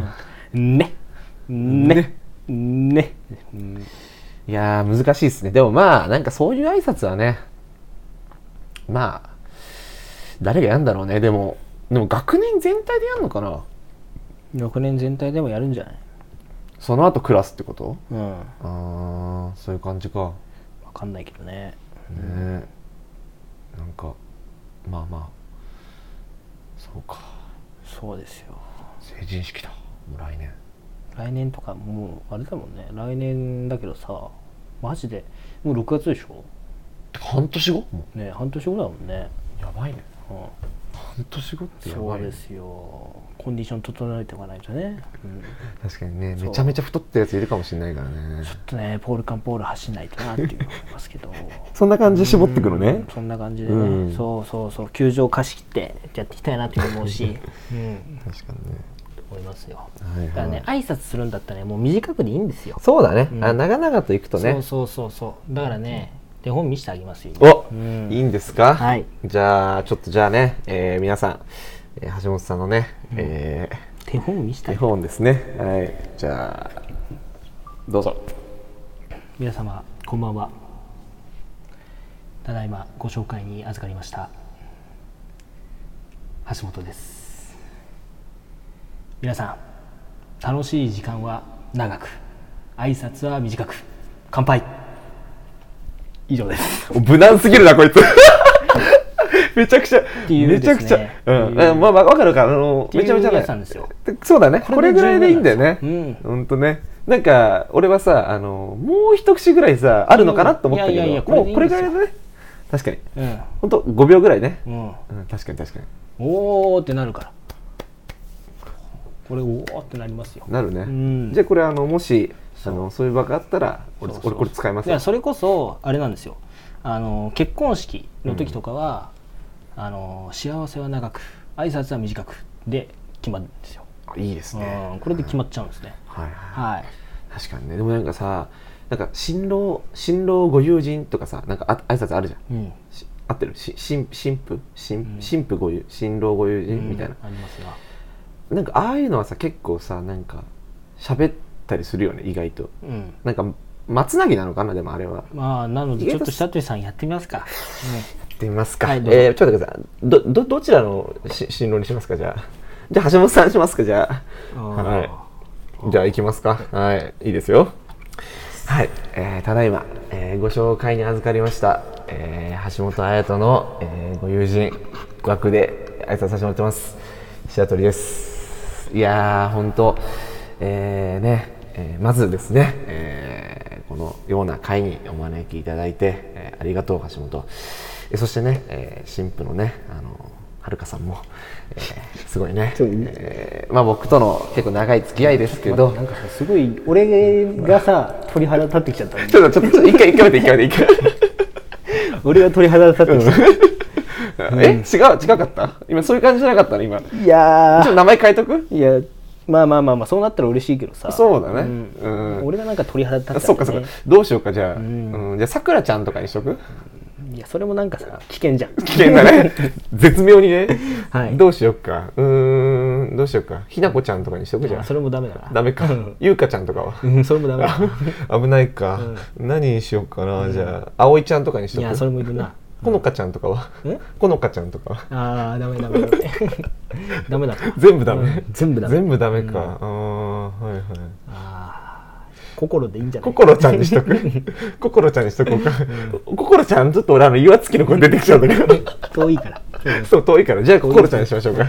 ねねねね、 うん、いやー難しいですね。でもまあなんかそういう挨拶はねまあ誰がやるんだろうね。でもでも学年全体でやるのかな。 学年全体でもやるんじゃない。 その後クラスってこと。うん、ああそういう感じか。 わかんないけどね。ねえ、なんかまあまあそうか。 そうですよ。 成人式だもう来年。 来年とかもうあれだもんね。来年だけどさマジでもうろくがつでしょ。 半年後ね半年後だもんね。 やばいね。うん、半年後ってやばい、ね、 そうですよ。コンディション整えておかないとね、 うん、確かにねめちゃめちゃ太ってるやついるかもしれないからね。 ちょっとねポールカンポール走んないとなっていう思いますけどそんな感じで絞ってくるね、うん、 そんな感じでね、うん、そうそうそう球場貸し切ってやっていきたいなと思うし、うん、 確かにね思いますよ、はいはい、だからね挨拶するんだったら、ね、もう短くでいいんですよ。 そうだね、うん、あ長々といくとね。 そうそうそうそうだからね、手本見せてあげますよ。 お、うん、いいんですか。 はい。 じゃあちょっとじゃあね、えー、皆さん、えー、橋本さんのね、うんえー、手本見せてあげ手本ですね。はい。じゃあどうぞ。 皆様こんばんは。ただいまご紹介に預かりました橋本です。皆さん楽しい時間は長く挨拶は短く乾杯。以上です。 無難すぎるなこいつめちゃくちゃ、ね、めちゃくちゃ、うん、まあまあ分かるから、あのめちゃめちゃね、そうだね、これぐらいでいいんだよね。うん、ほんとね。なんか俺はさ、あのもう一口ぐらいさあるのかなと思ったけど、いやいやいやもうこれぐらいでね。確かに。うん、ほんとごびょうぐらいね。うん、うん、確かに確かに。 おーってなるから。これおーってなりますよ。 なるね。うん、じゃあこれあのもしあのそういう場があったら俺これ使いますよ。 いやそれこそあれなんですよ、あの結婚式の時とかは、うん、あの幸せは長く挨拶は短くで決まるんですよ。 いいですね、 うん、これで決まっちゃうんですね。 はいはい、はい、確かにね。でもなんかさ、なんか新郎新郎ご友人とかさ、なんかあ挨拶あるじゃん、うん、合ってるし新新婦新新婦ご友新郎ご友人、うん、みたいな、 ありますが、 なんかああいうのはさ結構さなんか喋ったりするよね意外と、うん、なんか松なぎなのかな。でもあれはまあなのでちょっと白鳥さんやってみますか、ね、 やってみますか、はい、えー、ちょっと待ってください。どどどちらのし新郎にしますか。じゃあじゃあ橋本さんしますか。じゃあはいじゃあ行きますか。はい、いいですよ。はい、えー、ただいま、えー、ご紹介に預かりました、えー、橋本彩斗の、えー、ご友人枠で挨拶させてもらってます白鳥です。いやー本当、えー、ね、えー、まずですね、えー、このような会にお招きいただいて、えー、ありがとう橋本、えー、そしてね、えー、新婦のねあのはるかさんも、えー、すごいね、えー、まあ僕との結構長い付き合いですけど、 なんかさすごい俺がさ鳥肌立ってきちゃった、ね、 ちょっとちょっと一回一回待って一回待って一回俺が鳥肌立ってきちゃったえ、うん、違う違かった。今そういう感じじゃなかったの今。 いやーちょっと名前変えとく。 いやまあまあまあまあそうなったら嬉しいけどさ。 そうだね、 うんうん、俺がなんか鳥肌立った、ね、 そうかそうか。どうしようかじゃあ、うんうん、じゃあさくらちゃんとかにしとく。 いやそれもなんかさ危険じゃん。 危険だね絶妙にね、はい、どうしようか。うーんどうしようか。ひなこちゃんとかにしとくじゃん。 それもダメだな。 ダメか。ゆうかちゃんとかは、 うん、それもダメだ危ないか、うん、何にしようかな、うん、じゃああおいちゃんとかにしとく。 いやそれもいるな。 このかちゃんとかはこのかちゃんとかああダメダメダメダメだ全部ダメ、うん、 全部ダメ全部ダメか、うん、ああはいはい。 あ心でいいんじゃない。 心ちゃんにしとく心ちゃんにしとこうか、うん、心ちゃんちょっと俺あの岩槻の子出てきちゃうんだけど遠いからそう遠いからじゃあ心ちゃんにしましょうか、はい、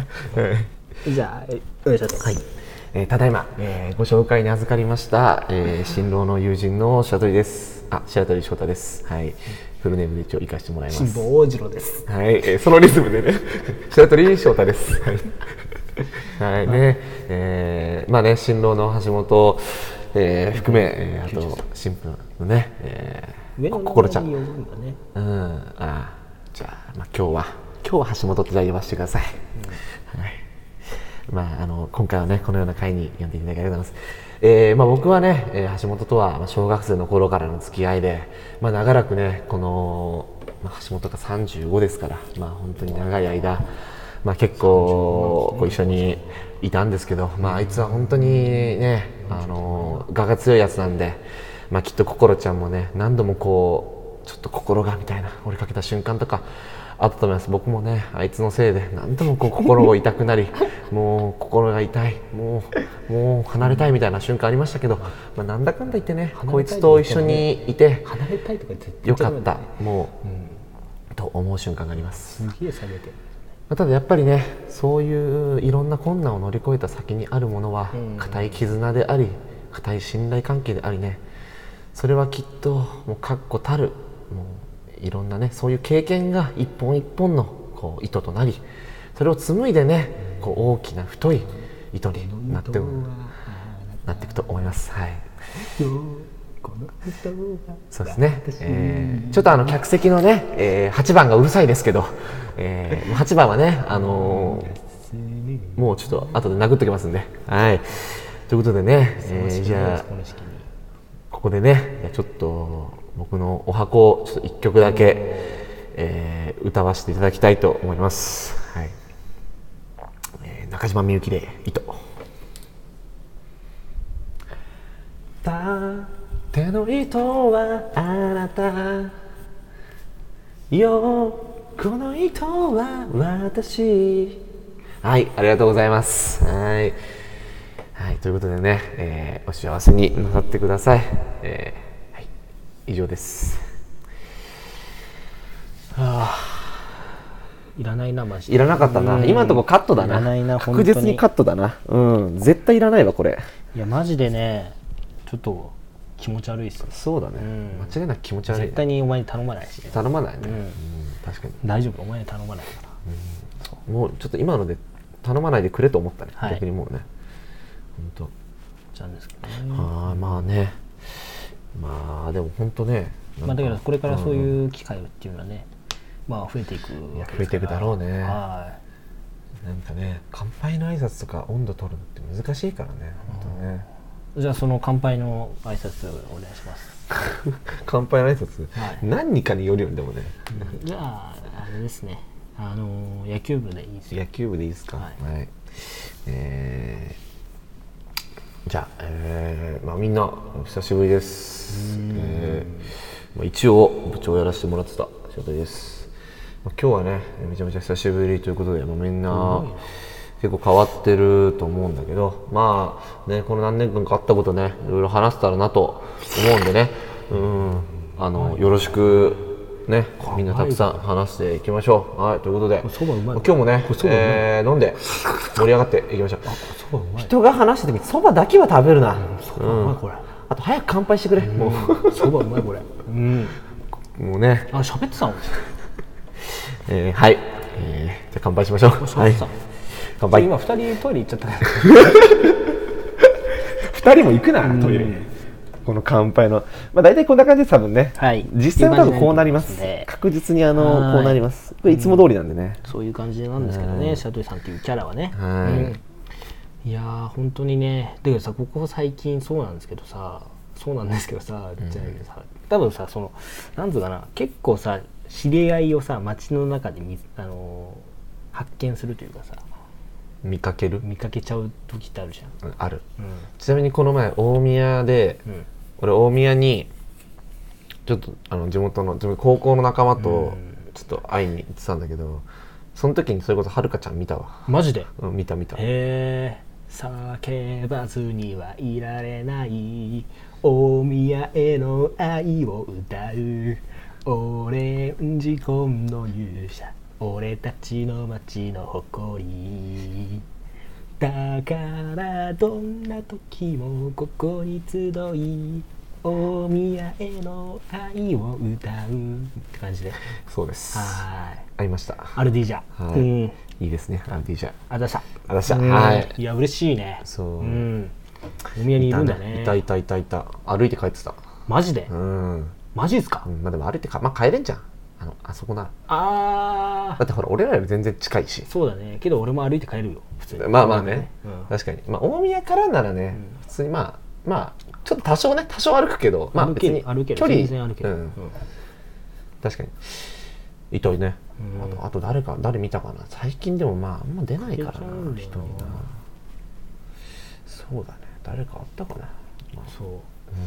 じゃあお願いします。はい、 えー、ただいま、えー、ご紹介に預かりました、えー、新郎の友人の白鳥です。あ白鳥翔太です。はい、フルネームで一応行かせてもらいます。 辛坊大次郎です。 はい、えー、そのリズムでね白鳥翔太です。はい、はいね、えー、まあね新郎の橋本、えー、含め、えー、あと新婦のね、えー、心ちゃん、ね、うん、あじゃあ、まあ、今日は今日は橋本って呼ばせてください。うん、はい、まああの今回はねこのような会に呼んでいただきありがとうございます。えーまあ、僕はね、えー、橋本とは小学生の頃からの付き合いで、まあ、長らくねこの、まあ、橋本がさんじゅうごですから、まあ、本当に長い間、まあ、結構こう一緒にいたんですけど、まあ、あいつは本当にねあの我が強いやつなんで、まあ、きっと心ちゃんもね何度もこうちょっと心がみたいな折れかけた瞬間とかあったと思います。僕もねあいつのせいで何度もこう心を痛くなりもう心が痛いもうもう離れたいみたいな瞬間ありましたけど、まあ、なんだかんだ言ってねこいつと一緒にいて離れたいとか言ってよかったもう、うん、と思う瞬間があります。 すげえ下げて、 まあ、ただやっぱりねそういういろんな困難を乗り越えた先にあるものは固い絆であり固い信頼関係でありね、それはきっともう確固たるもういろんなねそういう経験が一本一本のこう糸となり、それを紡いでねこう大きな太い糸になってなっていくと思います。はい。そうですね。えー、ちょっとあの客席のね、えー、はちばんがうるさいですけど、えー、はちばんはねあのー、もうちょっと後で殴っときますんで、はい。ということでね、えー、じゃあここでねちょっと。僕のお箱をちょっといっきょくだけ、えー、歌わせていただきたいと思います。はい、えー、中島みゆきで糸。縦の糸はあなたよ、この糸は私。はい、ありがとうございます。はい、はい、ということでね、えー、お幸せになさってください。えー以上です。 はあ、いらないなマジで。 いらなかったな。今のとこカットだな。いらないな確実にカットだな。うん、絶対いらないわこれ。 いやマジでね、ちょっと気持ち悪いっす。 そうだね。うん、間違いなく気持ち悪い、ね。 絶対にお前に頼まないし、ね。 頼まないね。うんうん、確かに。大丈夫、お前に頼まないから。 うん、もうちょっと今ので頼まないでくれと思ったね。はい、逆にもうね。本当。 じゃんですけどね。 ああまあね。 まあでも本当ね、 まあだけどこれからそういう機会っていうのはね、うん、まあ増えていくわけですから。 増えていくだろうね。 はい。 なんかね、乾杯の挨拶とか温度取るのって難しいからね、本当ね。 じゃあその乾杯の挨拶をお願いします。 乾杯の挨拶、はい、何かによるよねでもね。 うん、じゃああれですね。あの野球部でいいですか。 野球部でいいですか。はい。はい、えー、じゃあ、えー、まあみんなお久しぶりです。えー、まあ、一応部長をやらせてもらってた仕事です。まあ、今日はねめちゃめちゃ久しぶりということで、まあ、みんな結構変わってると思うんだけど、まあねこの何年間かあったことねいろいろ話せたらなと思うんでね、うんあのよろしく。ね、みんなたくさん話していきましょう。はい、ということで今日もね、えー、飲んで盛り上がっていきましょう。人が話しててそばだけは食べるな、うん、あと早く乾杯してくれ。もうそばうまいこれ、うん、 もうねあ喋ってたのえー、はい、えー、じゃあ乾杯しましょう。はい、乾杯。 今ふたりトイレ行っちゃったふたりも行くなトイレ。この乾杯の、まあ、大体こんな感じで多分ね、はい、実際は多分こうなります。確実にあのこうなります。これいつも通りなんでね、 うん、そういう感じなんですけどね、シャトイさんっていうキャラはね。はい、うん、いやー本当にね、だけどさここ最近そうなんですけどさそうなんですけどさ、うん、じゃあさ多分さそのなんつうかな結構さ知り合いをさ街の中でみあのー、発見するというかさ見かける見かけちゃう時ってあるじゃん。 ある、うん、ちなみにこの前大宮で、うん、俺大宮にちょっとあの地元の高校の仲間とちょっと会いに行ってたんだけど、その時にそれこそはるかちゃん見たわ。 マジで？ うん、見た見た。 へえ。叫ばずにはいられない大宮への愛を歌うオレンジコンの勇者俺たちの街の誇りだからどんな時もここに集い大宮への愛を歌うって感じで。 そうです。はい。会いました。 アルディージャ。 はい。うん、いいですね。アルディージャ。 あざした。 あざした。はい。 いや嬉しいね。 そう。うん。大宮にいるんだね。 いたいたいたいた。歩いて帰ってた。 マジで？ うん。 マジですか？ うん、まあでも歩いてかまあ帰れんじゃん。あのあそこなら。 ああ。 だってほら俺らより全然近いし。 そうだね。けど俺も歩いて帰るよ普通に。 まあまあね。うん、確かに。まあ大宮からならね、うん、普通にまあまあちょっと多少ね多少歩くけど、まあ別に距離全然歩ける、うんうん、 確かにいたいね、うん、あとあと誰か誰見たかな最近でもまああんま出ないからな人にな。そうだね誰かあったかな、まあ、 そう、うん、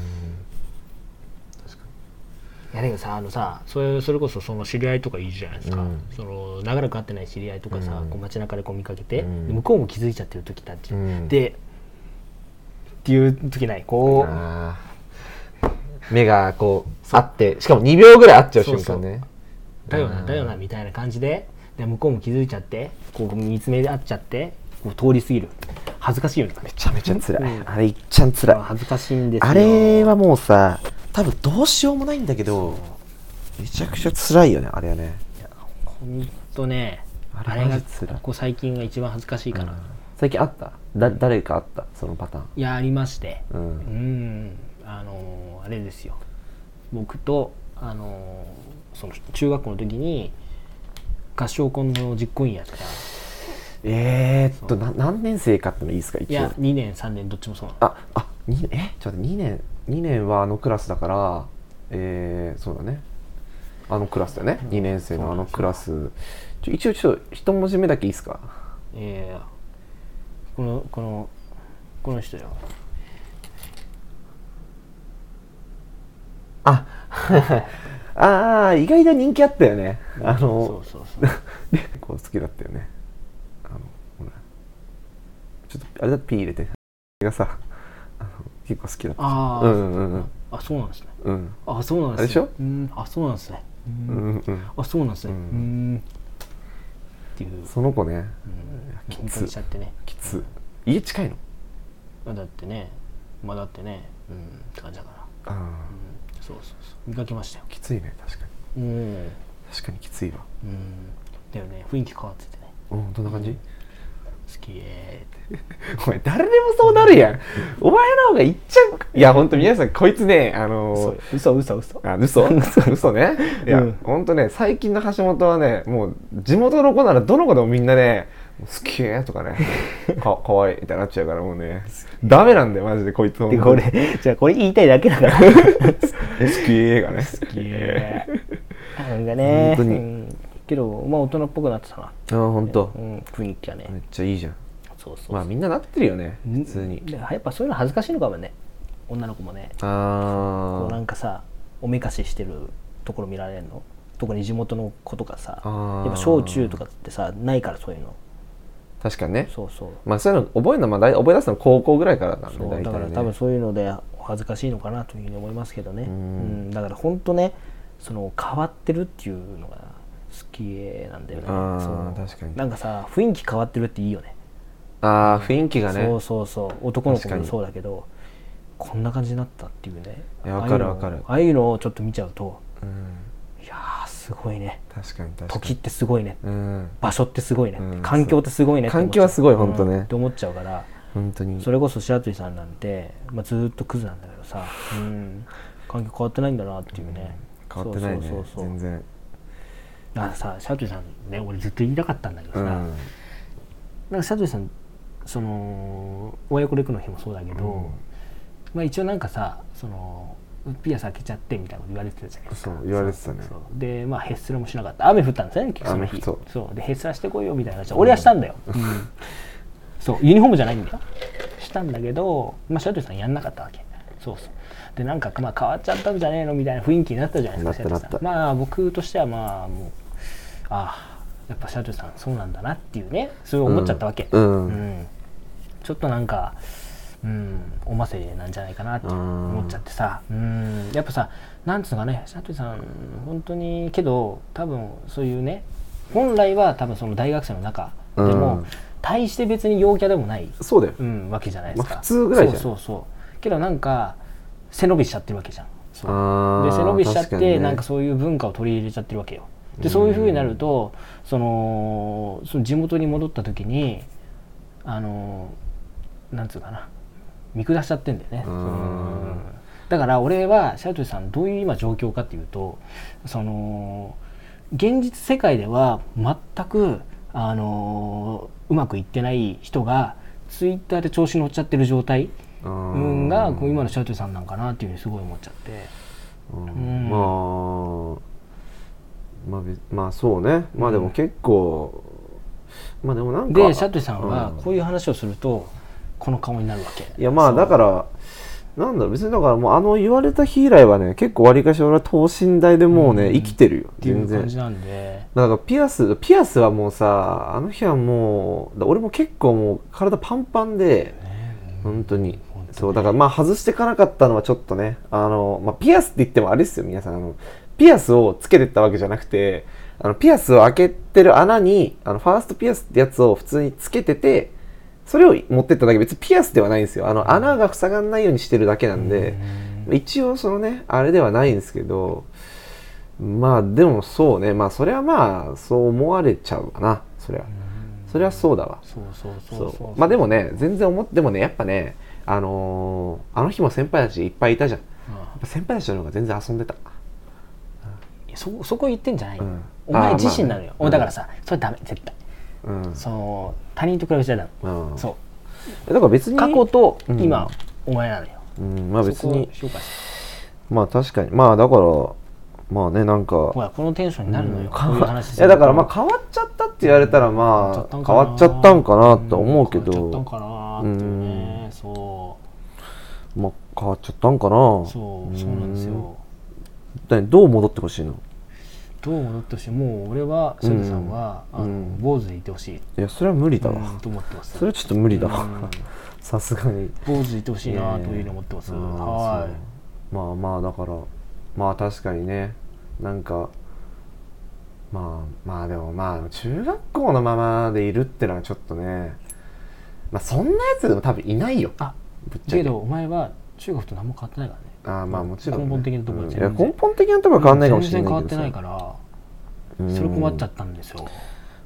確かに。いやだけどさあのさそれそれこそその知り合いとかいいじゃないですか、うん、その長らく会ってない知り合いとかさ、うん、こう街中でこう見かけて、うん、向こうも気づいちゃってる時たち、うん、でっていう時ないこうあ目がこう合ってしかもにびょうぐらい合っちゃう瞬間ね。 だよなだよなみたいな感じで、で向こうも気づいちゃってこう見つめ合っちゃってこう通り過ぎる。恥ずかしいよね。 めちゃめちゃ辛い、うん、あれいっちゃん辛い。 恥ずかしいんですよ。 あれはもうさ多分どうしようもないんだけどめちゃくちゃ辛いよねあれはね。 いやほんとねあれがここ最近が一番恥ずかしいかな、うん、 最近あっただ誰かあったそのパターン。 いやありまして、うん、 うんあのー、あれですよ僕と、あのー、その中学校の時に合唱コンの実行委員やった。 えーっとな何年生かってのいいですか一応。 いやにねんさんねんどっちもそうなの。 ああにえちょっと待ってにねんにねんはあのクラスだからえー、そうだねあのクラスだよね、うん、にねん生のあのクラス。ちょ一応ちょっと一文字目だけいいですか。 えー、このこのこの人よ。 あああ意外と人気あったよね。あのそうそうそうこう好きだったよね。あのほらちょっとあれだ P 入れてがさあの結構好きだった。 あ、 うんうんうん、 あそうなんですね。 うん、 あそうなんですね。 あれでしょ。 うんあそうなんですね。うん、うん、あそうなんですね。うん、うんっていうその子ね、 うん、きつしちゃってね。 きつ家近いの。 まあだってねまあだってねうんって感じだから。あ、うん、そうそうそう見かけましたよ。 きついね確かに。うん確かにきついわ。 うんだよね雰囲気変わっててね。 うんどんな感じ？ 好きえお前誰でもそうなるやん。お前の方がいっちゃう。いやほんと皆さんこいつね、あのー、 嘘嘘嘘あ嘘嘘ね。いや、うん、ほんとね最近の橋本はね、もう地元の子ならどの子でもみんなね好きーとかねか, かわいいみたいになっちゃうから、もうねダメなんだよマジでこいつ。 でこれじゃあこれ言いたいだけだから好きーがね好きーなんかね本当に、うん、けどまあ大人っぽくなってたな。あほんと、 うん、雰囲気はねめっちゃいいじゃん。 そうそうそう、 まあみんななってるよね普通に。 やっぱそういうの恥ずかしいのかもね、女の子もね。 あこうなんかさおめかししてるところ見られるの、特に地元の子とかさ、やっぱ小中とかってさないからそういうの。 確かにね。 そうそう、 まあそういうの覚えるの、まあ、覚え出すの高校ぐらいからなんで、 そうだから多分そういうのでお恥ずかしいのかなというふうに思いますけどね。うん、うん、だから本当ねその変わってるっていうのが好きなんだよね。 ああ確かに。 なんかさ雰囲気変わってるっていいよね。 ああ雰囲気がね。 そうそうそう、男の子もそうだけどこんな感じになったっていうね。 いや分かる分かる。 ああいうのをちょっと見ちゃうと、うん、いやーすごいね。 確かに確かに。 時ってすごいね、うん、場所ってすごいね、うん、環境ってすごいねって環境はすごい本当ね、うん、 って思っちゃうから。 本当にそれこそ白鳥さんなんて、まあ、ずっとクズなんだけどさ、うん、環境変わってないんだなっていうね、 うん、変わってないね。そうそうそう、全然。 だからさ白鳥さんね俺ずっと言いたかったんだけどさ、うん、なんか白鳥さんその親子レクの日もそうだけど、うん、まあ一応なんかさそのピアス開けちゃってみたいなこと言われてたじゃないですか。 そう言われてたね。 そうでまあヘッスラもしなかった。雨降ったんですよねその日。そうそうでヘッスラしてこいよみたいな話、うん、俺はしたんだよ、うん、そうユニフォームじゃないんだよ、したんだけど、まあ白鳥さんやんなかったわけ。そうそうでなんかまあ変わっちゃったんじゃねえのみたいな雰囲気になったじゃないですか。 なったなった。 まあ僕としてはまあもうああやっぱ白鳥さんそうなんだなっていうね、そう思っちゃったわけ、うんうんうん、ちょっとなんかうん、おませなんじゃないかなって思っちゃってさ、うんやっぱさなんつうのかね白鳥さん本当にけど多分そういうね本来は多分その大学生の中でも大して別に陽キャでもないそうだよ、 うん、わけじゃないですか、 まあ、普通ぐらいじゃん。 そうそうそうけどなんか背伸びしちゃってるわけじゃん。そうで背伸びしちゃって、ね、なんかそういう文化を取り入れちゃってるわけよ。でそういう風になるとそのその地元に戻った時にあのなんつうかな見下しちゃってんだよね。うんだから俺は白鳥さんどういう今状況かっていうとその現実世界では全くあのうまくいってない人がツイッターで調子乗っちゃってる状態がこう今の白鳥さんなんかなっていうふうにすごい思っちゃって、 うんうん、まあ、まあ、まあそうね。まあでも結構、うん、まあでもなんかで白鳥さんはこういう話をするとこの顔になるわけ。 いやまあだからなんだろう別にだからもうあの言われた日以来はね結構わりかし俺は等身大でもうね、うん、生きてるよ全然。っていう感じなんで。だからピアスピアスはもうさあの日はもう俺も結構もう体パンパンで、ね、本当に本当にそうだからまあ外していかなかったのはちょっとねあの、まあ、ピアスって言ってもあれですよ皆さんあのピアスをつけてったわけじゃなくてあのピアスを開けてる穴にあのファーストピアスってやつを普通につけててそれを持ってっただけ。別にピアスではないんですよ。あの穴が塞がんないようにしてるだけなんで一応そのねあれではないんですけどまあでもそうねまあそれはまあそう思われちゃうわな。それはそれはそうだわ。そうそうそうそう。まあでもね全然思ってでもねやっぱねあのー、あの日も先輩たちいっぱいいたじゃん。やっぱ先輩たちの方が全然遊んでた。 そ, そこ言ってんじゃない、うん、お前自身なのよ、まあね、だからさ、うん、それダメ絶対、うん、そう他人と比べちゃダメ、うん、そうだから別に過去と今、うん、お前なのよ、 うん、まあ別にまあ確かにまあだからまあねなんかほらこのテンションになるのよ、うん、こういう話いやだからまあ変わっちゃったって言われたらまあ変わっちゃったんかなと思うけど、 変わっちゃったんかなっていうね、うん、そうまあ変わっちゃったんかな。 そうそうなんですよ。 どう戻ってほしいの？ どう戻ってほしい？もう俺はシャドさんは、うん、あの坊主でいてほしい。 いやそれは無理だわ、 うん、と思ってます。 それはちょっと無理だわさすがに坊主でいてほしいなというふうに思ってます、えー、はい。 まあまあだからまあ確かにねなんかまあまあでもまあ中学校のままでいるってのはちょっとねまあそんなやつでも多分いないよ。あぶっちゃけけどお前は中学と何も変わってないからね。 あまあもちろん、ね、 根本的なところは全然、 うん、いや根本的なところは変わんないかもしれないけど全然変わってないからそれ困っちゃったんですよ。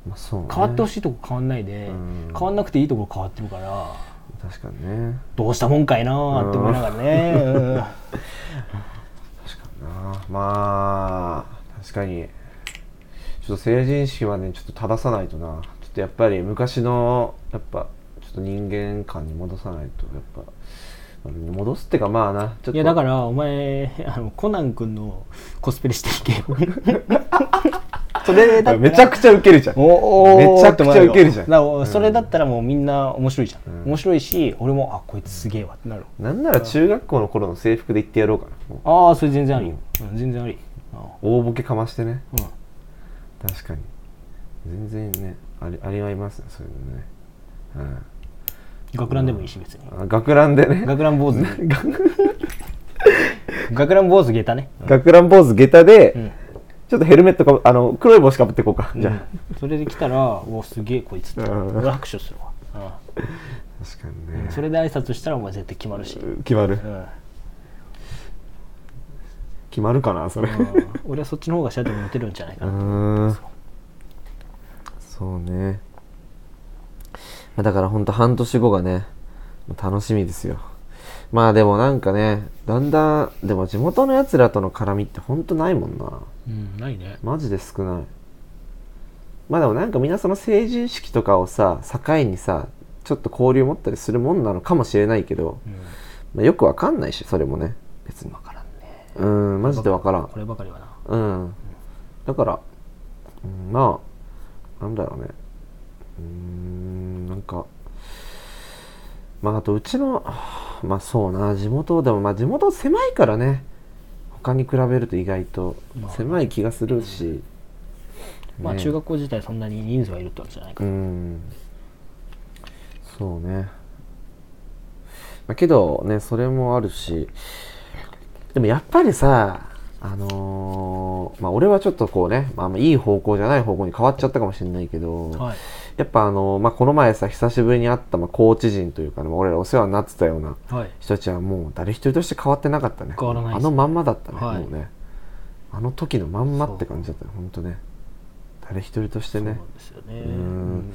まあそうね、変わってほしいとこ変わんないで、うん、変わんなくていいところ変わってるから、 確かにね、 どうしたもんかいなーって思いながらね、うん、確かにな。まあ確かにちょっと成人式はねちょっと正さないとな。ちょっとやっぱり昔のやっぱちょっと人間観に戻さないと、やっぱ戻すってかまあな、ちょっと。 いやだからお前あのコナン君のコスプレしていけよそれだめちゃくちゃウケるじゃん。おめちゃくちゃウケるじゃん。 だからそれだったらもうみんな面白いじゃん、うん、面白いし、俺もあこいつすげえわってなる。 なんなら中学校の頃の制服で行ってやろうかな。 ああそれ全然ありよ、うん、全然あり。 大ボケかましてね、うん、確かに全然ねありありはいますね、そういうのね、 うん、学ランでもいいし別に。 あ学ランでね、 学ラン坊主学ラン坊主下駄ね、 うん、学ラン坊主下駄で、うん、ちょっとヘルメットかあの黒い帽子かぶっていこうか、うん、じゃあそれで来たらおすげえこいつって俺拍手するわ、うん、 確かにね、 それで挨拶したらお前絶対決まるし。 決まる、うん、決まるかなそれ、うん、 俺はそっちの方がシャツモテるんじゃないかなと思う。んそうね、だからほんと半年後がね楽しみですよ。まあでもなんかね、だんだんでも地元のやつらとの絡みってほんとないもんな。 うんないね、 マジで少ない。まあでもなんかみんなその成人式とかをさ境にさちょっと交流持ったりするもんなのかもしれないけど、うんまあ、よくわかんないしそれもね別にわからんね。 うんマジでわからん。 こればかりはな。 うん、うん、だから、うん、まあなんだろうね、うーんなんかまああとうちのまあそうな地元でもまあ地元狭いからね、他に比べると意外と狭い気がするし、まあ、ね、 まあ中学校自体そんなに人数はいるってわけじゃないから。うんそうね、まあ、けどねそれもあるし、でもやっぱりさあのー、まあ俺はちょっとこうね、まあ、いい方向じゃない方向に変わっちゃったかもしれないけど、はい、やっぱあのー、まあこの前さ久しぶりに会ったまあコーチ陣というか、ね、俺らお世話になってたような人たちはもう誰一人として変わってなかったね。 変わらないです。 あのまんまだったね、はい、もうねあの時のまんまって感じだったね本当ね。誰一人としてね。 そうですよね。 うん、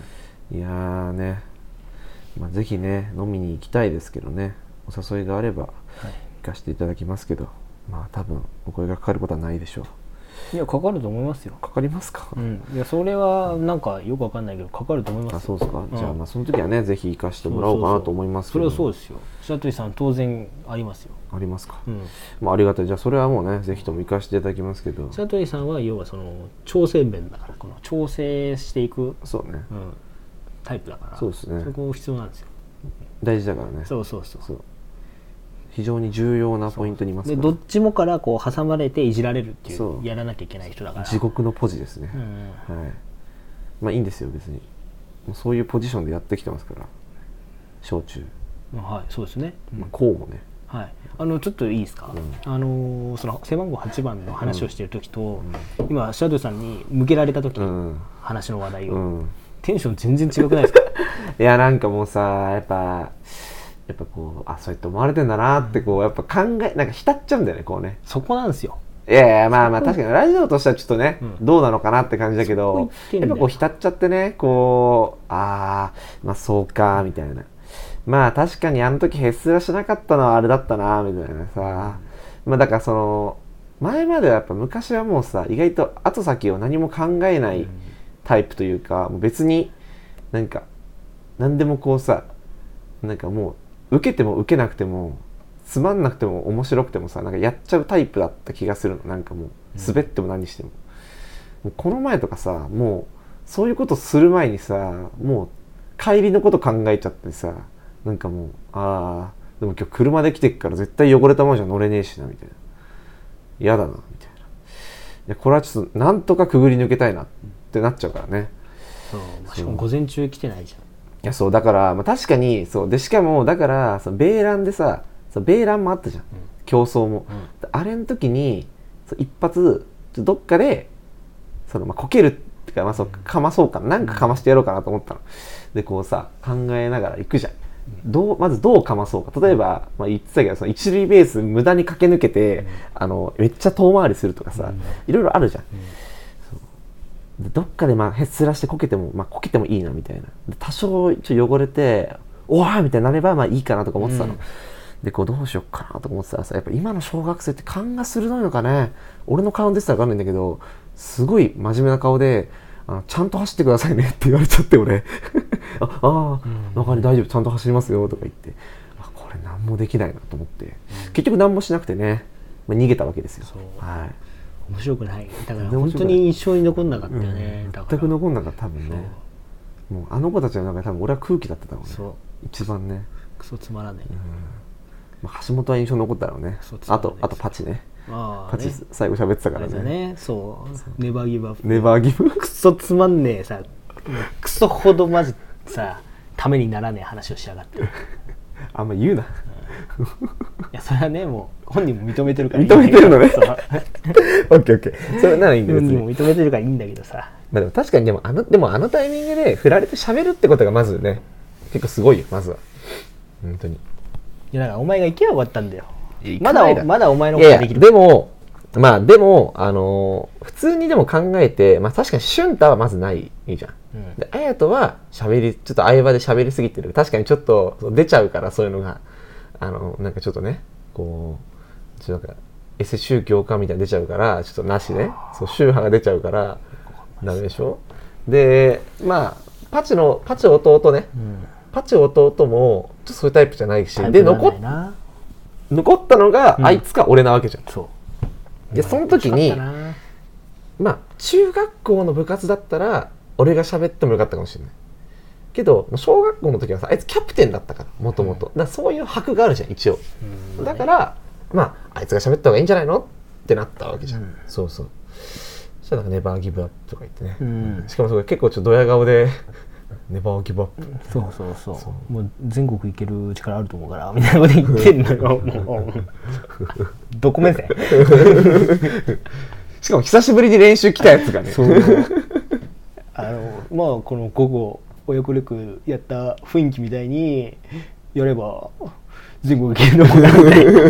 うん、いやーね、まあ、ぜひね飲みに行きたいですけどね、お誘いがあれば行かせていただきますけど、まあ多分お声がかかることはないでしょう。いやかかると思いますよ。 かかりますか。 うん、いやそれはなんかよくわかんないけどかかると思いますよ。 あそうですか、うん、じゃあまあその時はねぜひ行かせてもらおうかなと思いますけど。 それはそうですよ。白鳥さん当然ありますよ。 ありますか、うん、まあありがたい。じゃあそれはもうねぜひとも行かせていただきますけど、 白鳥さんは要はその調整面だからこの調整していくそうね、うん、 タイプだから。 そうですね、 そこ必要なんですよ。 大事だからね。 そうそうそうそう、 非常に重要なポイントにいますから。 でどっちもからこう挟まれていじられるっていうやらなきゃいけない人だから。 地獄のポジですね、うん、はい。まあいいんですよ別に、もうそういうポジションでやってきてますから小中、 はいそうですね、 まあ、こうもね、 はい、あのちょっといいですか、うん、あのその背番号はちばんの話をしている時と、うん、今シャドウさんに向けられた時、うん、話の話題を、うん、テンション全然違くないですかいやなんかもうさやっぱやっぱこうあそうやって思われてんだなってこうやっぱ考えなんか浸っちゃうんだよねこうね。 そこなんですよ。 いやいやまあまあ確かにラジオとしてはちょっとね、うん、どうなのかなって感じだけどやっぱこう浸っちゃってねこうああまあそうかみたいな、まあ確かにあの時へっすらしなかったのはあれだったなみたいなさ、まあだからその前まではやっぱ昔はもうさ意外と後先を何も考えないタイプというか、もう別になんか何でもこうさなんかもう受けても受けなくてもつまんなくても面白くてもさなんかやっちゃうタイプだった気がするの。なんかもう滑っても何しても、うん、もうこの前とかさもうそういうことする前にさもう帰りのこと考えちゃってさなんかもうああでも今日車で来てっから絶対汚れたままじゃ乗れねえしなみたいな、嫌だなみたいな、いやこれはちょっとなんとかくぐり抜けたいなってなっちゃうからね。 そう、しかも午前中来てないじゃん。 いやそうだから、まあ、確かにそうでしかもだからそのベーランでさそのベーランもあったじゃん、うん、競争も、うん、あれの時に一発どっかでその、まあ、こけるってか、まあ、そうかまそうかななんかかましてやろうかなと思ったのでこうさ考えながら行くじゃん。どうまずどうかまそうか。例えば、まあ、言ってたけどその一塁ベース無駄に駆け抜けて、うん、あのめっちゃ遠回りするとかさ、うん、いろいろあるじゃん、うん、そうでどっかでまあへっすらしてこけても、まあ、こけてもいいなみたいな。で多少ちょっと汚れておわーみたいになればまあいいかなとか思ってたの、うん、でこうどうしようかなとか思ってたらさ、やっぱ今の小学生って勘が鋭いのかね。俺の顔出てたら分かんないんだけど、すごい真面目な顔であちゃんと走ってくださいねって言われちゃって俺ああ分かり大丈夫ちゃんと走りますよとか言って、あこれ何もできないなと思って、うん、結局何もしなくてね、まあ、逃げたわけですよ。はい、 面白くない。だから本当に一生に残んなかったよね、うん、だから全く残んなかった多分ね。もうあの子たちの中で多分俺は空気だっただろうね。そう一番ねクソつまらねえ、うんまあ、橋本は印象に残ったろうね。あとあとパチね。あパチ最後喋ってたから ね, ねそうネバーギブアップネバーギブクソつまんねえさクソほどまずさためにならねえ話をしやがってあんま言うな、 うん、いやそれはねもう本人も認めてるからいい認めてるのねオッケーオッケーそれならいいんだよ。 本人も認めてるからいいんだけどさ、 まあ、でも確かにでもあのでもあのタイミングで振られて喋るってことがまずね結構すごいよまずは本当に。いやだからお前が行けばよかったんだよ。まだまだお前のことができる。 いやいやでもまあでもあのー、普通にでも考えて、まあ確かに俊太はまずないいいじゃん。うん、で綾人は喋りちょっと相場で喋りすぎてる。確かにちょっと出ちゃうからそういうのがあのなんかちょっとねこうちょっとなんかエセ宗教家みたいに出ちゃうからちょっとなしね。そう宗派が出ちゃうからダメでしょ。でまあパチのパチ弟ね、うん、パチ弟もちょっとそういうタイプじゃないしで残っ残ったのが、うん、あいつか俺なわけじゃん。そうでその時にまあ中学校の部活だったら俺が喋ってもよかったかもしれないけど小学校の時はさあいつキャプテンだったからもともとだからそういう箔があるじゃん一応、うん、だからまああいつが喋った方がいいんじゃないのってなったわけじゃん、うん、そうそうそしたらなんかネバーギブアップとか言ってね、うん、しかもそれ結構ちょっとドヤ顔でネバーギブアップそうそうそうそうもう全国行ける力あると思うからみたいなこと言ってんのよもうどこ目線しかも久しぶりに練習来たやつがねそうあのまあこの午後親子レクやった雰囲気みたいにやれば全国行けるのかな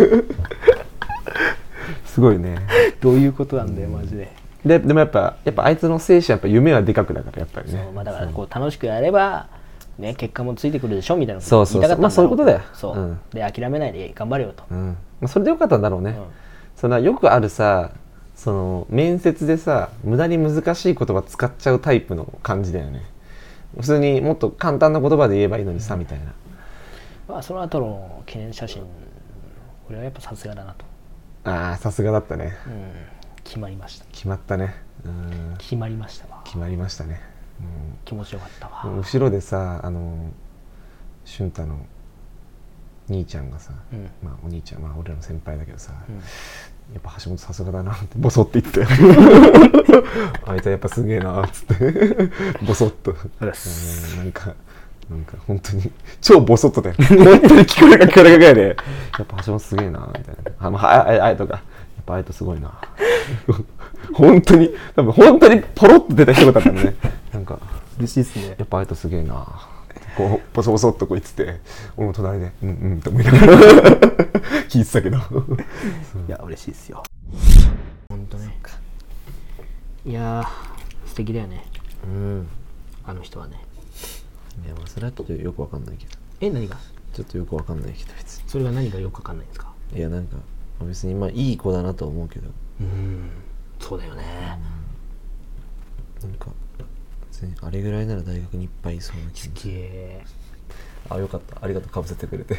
すごいねどういうことなんだよマジで。 で, でもやっぱやっぱあいつの精神やっぱ夢はでかくだからやっぱりね。 そう、まあ、だからこう楽しくやればね結果もついてくるでしょみたいなこと言いたかったんだろう。そうそうそうまあそういうことだよ。 そう、うん、で諦めないで頑張れよと、 うんまあ、それでよかったんだろうね、うん、そのよくあるさその面接でさ無駄に難しい言葉使っちゃうタイプの感じだよね。普通にもっと簡単な言葉で言えばいいのにさ、うん、みたいな、 まあ、その後の記念写真これはやっぱさすがだなと。 ああさすがだったね、うん、 決まりました。 決まったね。うん決まりましたわ。 決まりましたね、 うん、気持ちよかったわ。 後ろでさあの俊太の兄ちゃんがさ、うんまあ、お兄ちゃん、まあ、俺らの先輩だけどさ、うん、やっぱ橋本さすがだなってボソって言ってあいつはやっぱすげえなっつってボソッとなんかなんか本当に超ボソッとだよ本当に聞こえが聞こえがぐらいでやっぱ橋本すげえなみたいなあ、まあ、ああやとかやっぱあやとすごいな本当に多分本当にポロッと出た一言だったんだねなんか嬉しいっすね。 やっぱあやとすげえなこうボソボソっとこう言ってて俺も隣でうんうんって思いながら聞いてたけどいや嬉しいっすよ本当ね。いや素敵だよね、うん、あの人はね。 いやまあそれはちょっとよくわかんないけど。 え何がちょっとよくわかんないけど別にそれが何がよくわかんないんですか。 いやなんか別にまあいい子だなと思うけどうんそうだよね、 うん、なんか別にあれぐらいなら大学にいっぱいいそうな気がする。あよかったありがとうかぶせてくれて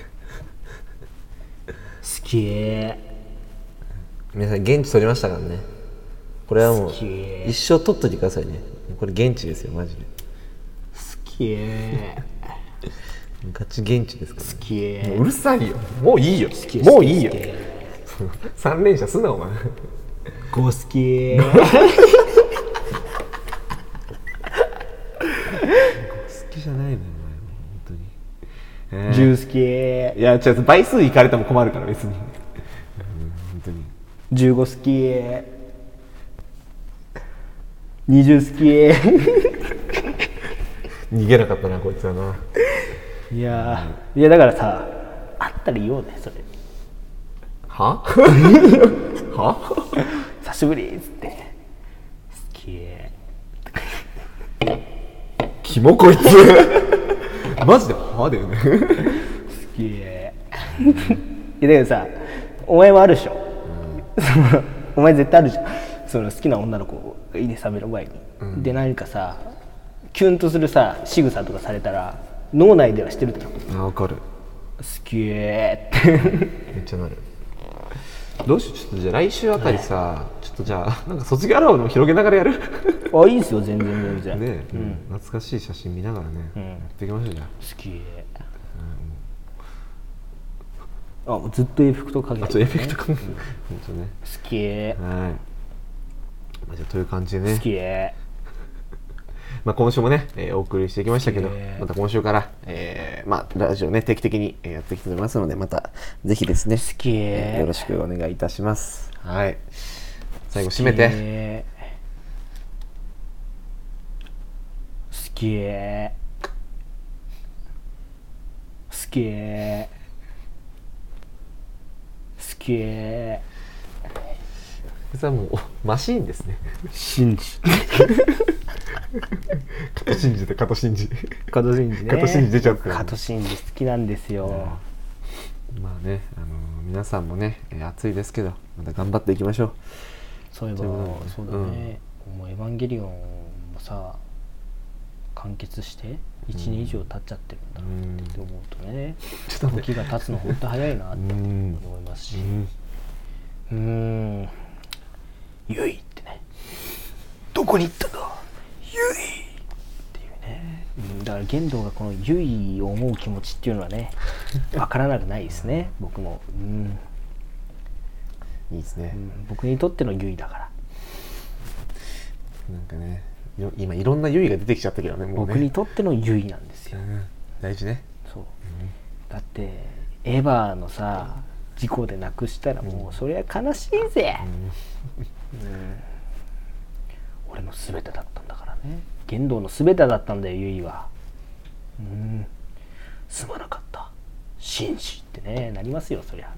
すげえ。 皆さん現地取りましたからね。これはもう一生取っといてくださいね。これ現地ですよマジで。 すげえガチ現地ですから、ね、 すげえ。 うるさいよもういいよもういいよ三連射すなお前ゴスキーゴスキじゃないのよお前本当に、 えー、ジュースキー。 いやちょっと倍数いかれても困るから別に、うん、本当にじゅうごスキーにじゅうスキー逃げなかったなこいつはな。 いや、うん、いやだからさあったら言おうねそれ。 はは久しぶりっつってスキーキモこいつマジではだよねすげえいやだけどさお前もあるでしょ、うん、お前絶対あるじゃんその好きな女の子がいいねさめる前に、うん、で何かさキュンとするさ仕草とかされたら脳内ではしてるだろ。 あ、分かる。 すげえってめっちゃなる。どうしよう、ちょっとじゃあ来週あたりさ、はい、ちょっとじゃあなんか卒業アルバムを広げながらやるあ、いいですよ全然全然ね、うん、懐かしい写真見ながらね、うん、やっていきましょうじゃあ。 すげえ、うん、あ、もうずっとエフェクトかけて、ね、 あとエフェクトかけて、うん、本当ね。 すげえ。 はい。じゃあという感じでね。 すげえ。 まあ今週もね、えー、お送りしてきましたけど、また今週から、えー、まあラジオね定期的にやっていきたいと思いますので、またぜひですね、えー、よろしくお願いいたします。はい。最後締めて。 すげえ。すげえ。すげえ。 これはもうマシーンですね。 信じ。 加藤真二で加藤真二。 加藤真二ね。 加藤真二出ちゃった、ね。 加藤真二好きなんですよ。 うん、まあね、あのー、皆さんもね、暑いですけど、また頑張っていきましょう。 そういえば、そうだね。うん、もうエヴァンゲリオンもさ、完結していちねん以上経っちゃってるんだなって思うとね、うん、時が経つの本当早いなって思いますし、うーん、ゆいってね、どこに行ったんだゆいっていうね、うん、だから玄道がこのゆいを思う気持ちっていうのはね分からなくないですね僕も、うん、 いいですね、 うん、僕にとってのゆいだから。 なんかね、今いろんなゆいが出てきちゃったけどね、もうね、 僕にとってのゆいなんですよ、うん、 大事ね。 そう、うん、だってエヴァのさ事故で亡くしたらもうそれは悲しいぜ、うんうん、俺の全てだったんだからね、玄道の全てだったんだよゆいは、うん、すまなかった紳士ってねなりますよそりゃ、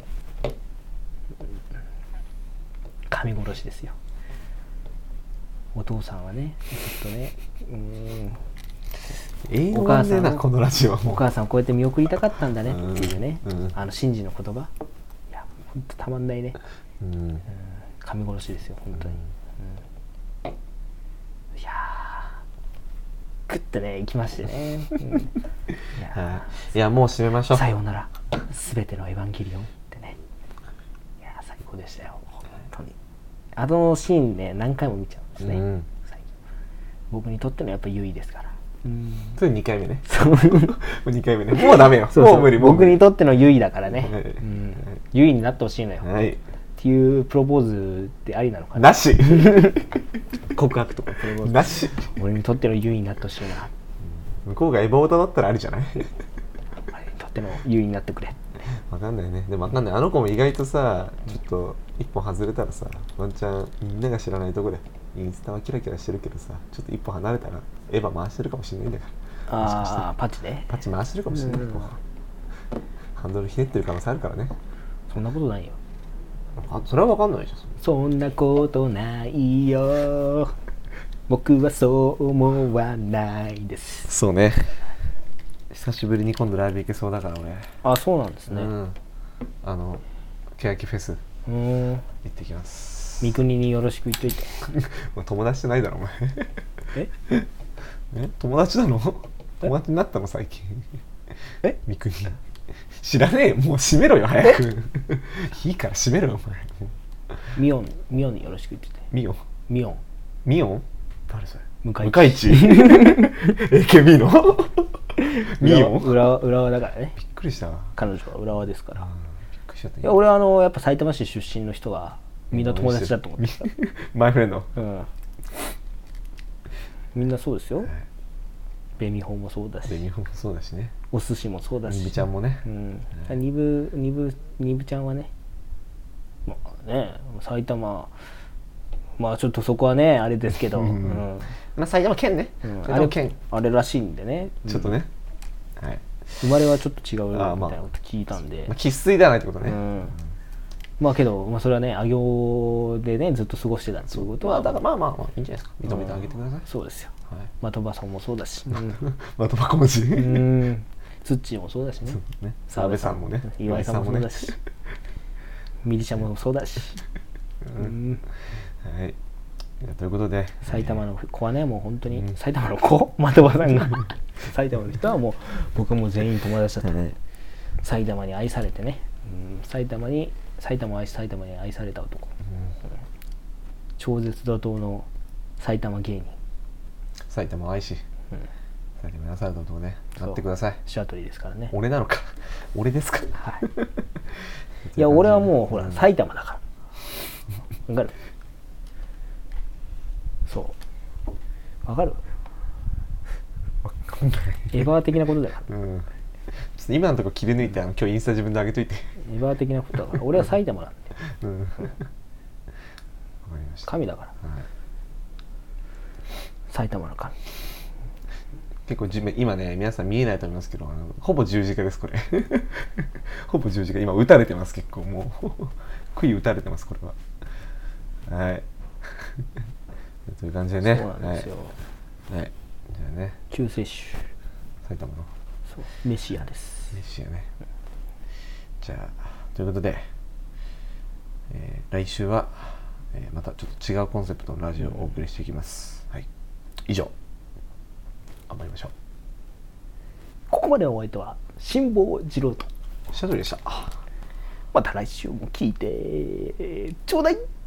神殺しですよ。お父さんはねちょっとね、うーん、お母さん、このラジオお母さんこうやって見送りたかったんだねっていうね、うんうん、あの紳士の言葉、いや本当たまんないね、うん、うん、神殺しですよ本当に、うんうん、いやーグッとね行きましてね、うん、いやいやもう締めましょう。 さようならすべてのエヴァンゲリオンってね、いや最高でしたよ本当に。あのシーンね何回も見ちゃうんですね、うん、僕にとってのやっぱ優位ですから。 うん、それにかいめね。もうにかいめね。もうダメよ。そうそう、もう無理。もう僕にとっての優位だからね。はい、うん、優位になってほしいのよ。はい、っていうプロポーズってありなのかな。 なし。 告白とかプロポーズ。 なし。 俺にとっての優位になってほしいな。 向こうがエヴァオタだったらありじゃない？ 俺にとっての優位になってくれ。 わかんないね。でもわかんない。あの子も意外とさ、ちょっと一本外れたらさ、ワンチャンみんなが知らないとこでインスタはキラキラしてるけどさ、ちょっと一歩離れたらエヴァ回してるかもしれないんだから。 ああ、パチでパチ回してるかもしれない。ハンドルひねってる可能性あるからね。 そんなことないよ。 あ、それはわかんないじゃん。 そんなことないよ。僕はそう思わないです。 そうね。久しぶりに今度ライブ行けそうだから俺。 あ、そうなんですね。うん、 あの欅フェス行ってきます。 三国によろしく言っといて。 もう友達じゃないだろお前。 え？ え？友達なの？友達になったの最近。 え？ 三国。知らねえよ。もう閉めろよ早く。いいから閉めろよお前。 ミオンミオンによろしく言ってて。 ミオンミオンミオン誰それ？ 向井地。エーケービー の？ミオン？ 浦和浦和だからね。 びっくりした。 彼女は浦和ですから。 びっくりしちゃった。いや俺はあのやっぱ埼玉市出身の人はみんな友達だと思ってた。 マイフレンド。 うん。みんなそうですよ。ベミホもそうだし。 ベミホもそうだしね。 お寿司もそうだし。 ニブちゃんもね。 うん。ニブニブニブちゃんはね。まあね埼玉まあちょっとそこはねあれですけど。うん。うん、 まあ埼玉県ね。 うん、あれ県あれらしいんでね。 ちょっとね。はい。 生まれはちょっと違うみたいなこと聞いたんで。 まあ生粋ではないってことね。うん。 まあけど、まあ、それはねあ行でねずっと過ごしてたっていうことは、 まあ、だからまあまあまあいいんじゃないですか、認めてあげてください、うん、 そうですよ、 はい、 的場さんもそうだし、うん、 的場小文うんツッチーもそうだしね、 ね、澤部さんもね、 岩井さんもそうだし、ミリシャもそうだし、 うんうん、はい、ということで埼玉の子はねもう本当に、うん、埼玉の子的場さんが埼玉の人はもう僕も全員友達だと、はい、埼玉に愛されてね、うん、埼玉に埼玉を愛し埼玉に愛された男、うんうん、超絶怒涛の埼玉芸人、 埼玉を愛し、うん、埼玉に愛された男ね、なってください。 シャトリーですからね。 俺なのか俺ですか、はい、 いや俺はもうほら、うん、埼玉だからわかるそうわかるエヴァー的なことだから、うん、 ちょっと今のところ切り抜いて、あの今日インスタ自分で上げといてエヴァー的なことだから俺は埼玉なんで、うん、神だから、はい、埼玉の神。 結構地面今ね皆さん見えないと思いますけど、あのほぼ十字架ですこれほぼ十字架、今打たれてます、結構もう杭打たれてますこれは。はいという感じでね、 そうなんですよ、 はいはい、じゃあね救世主埼玉のそうメシアです。 メシアね、うん、じゃあということで、えー、来週は、えー、またちょっと違うコンセプトのラジオをお送りしていきます、うん、はい、以上頑張りましょう。 ここまでのお相手は辛坊治郎とシャトルでした。 また来週も聞いてちょうだい。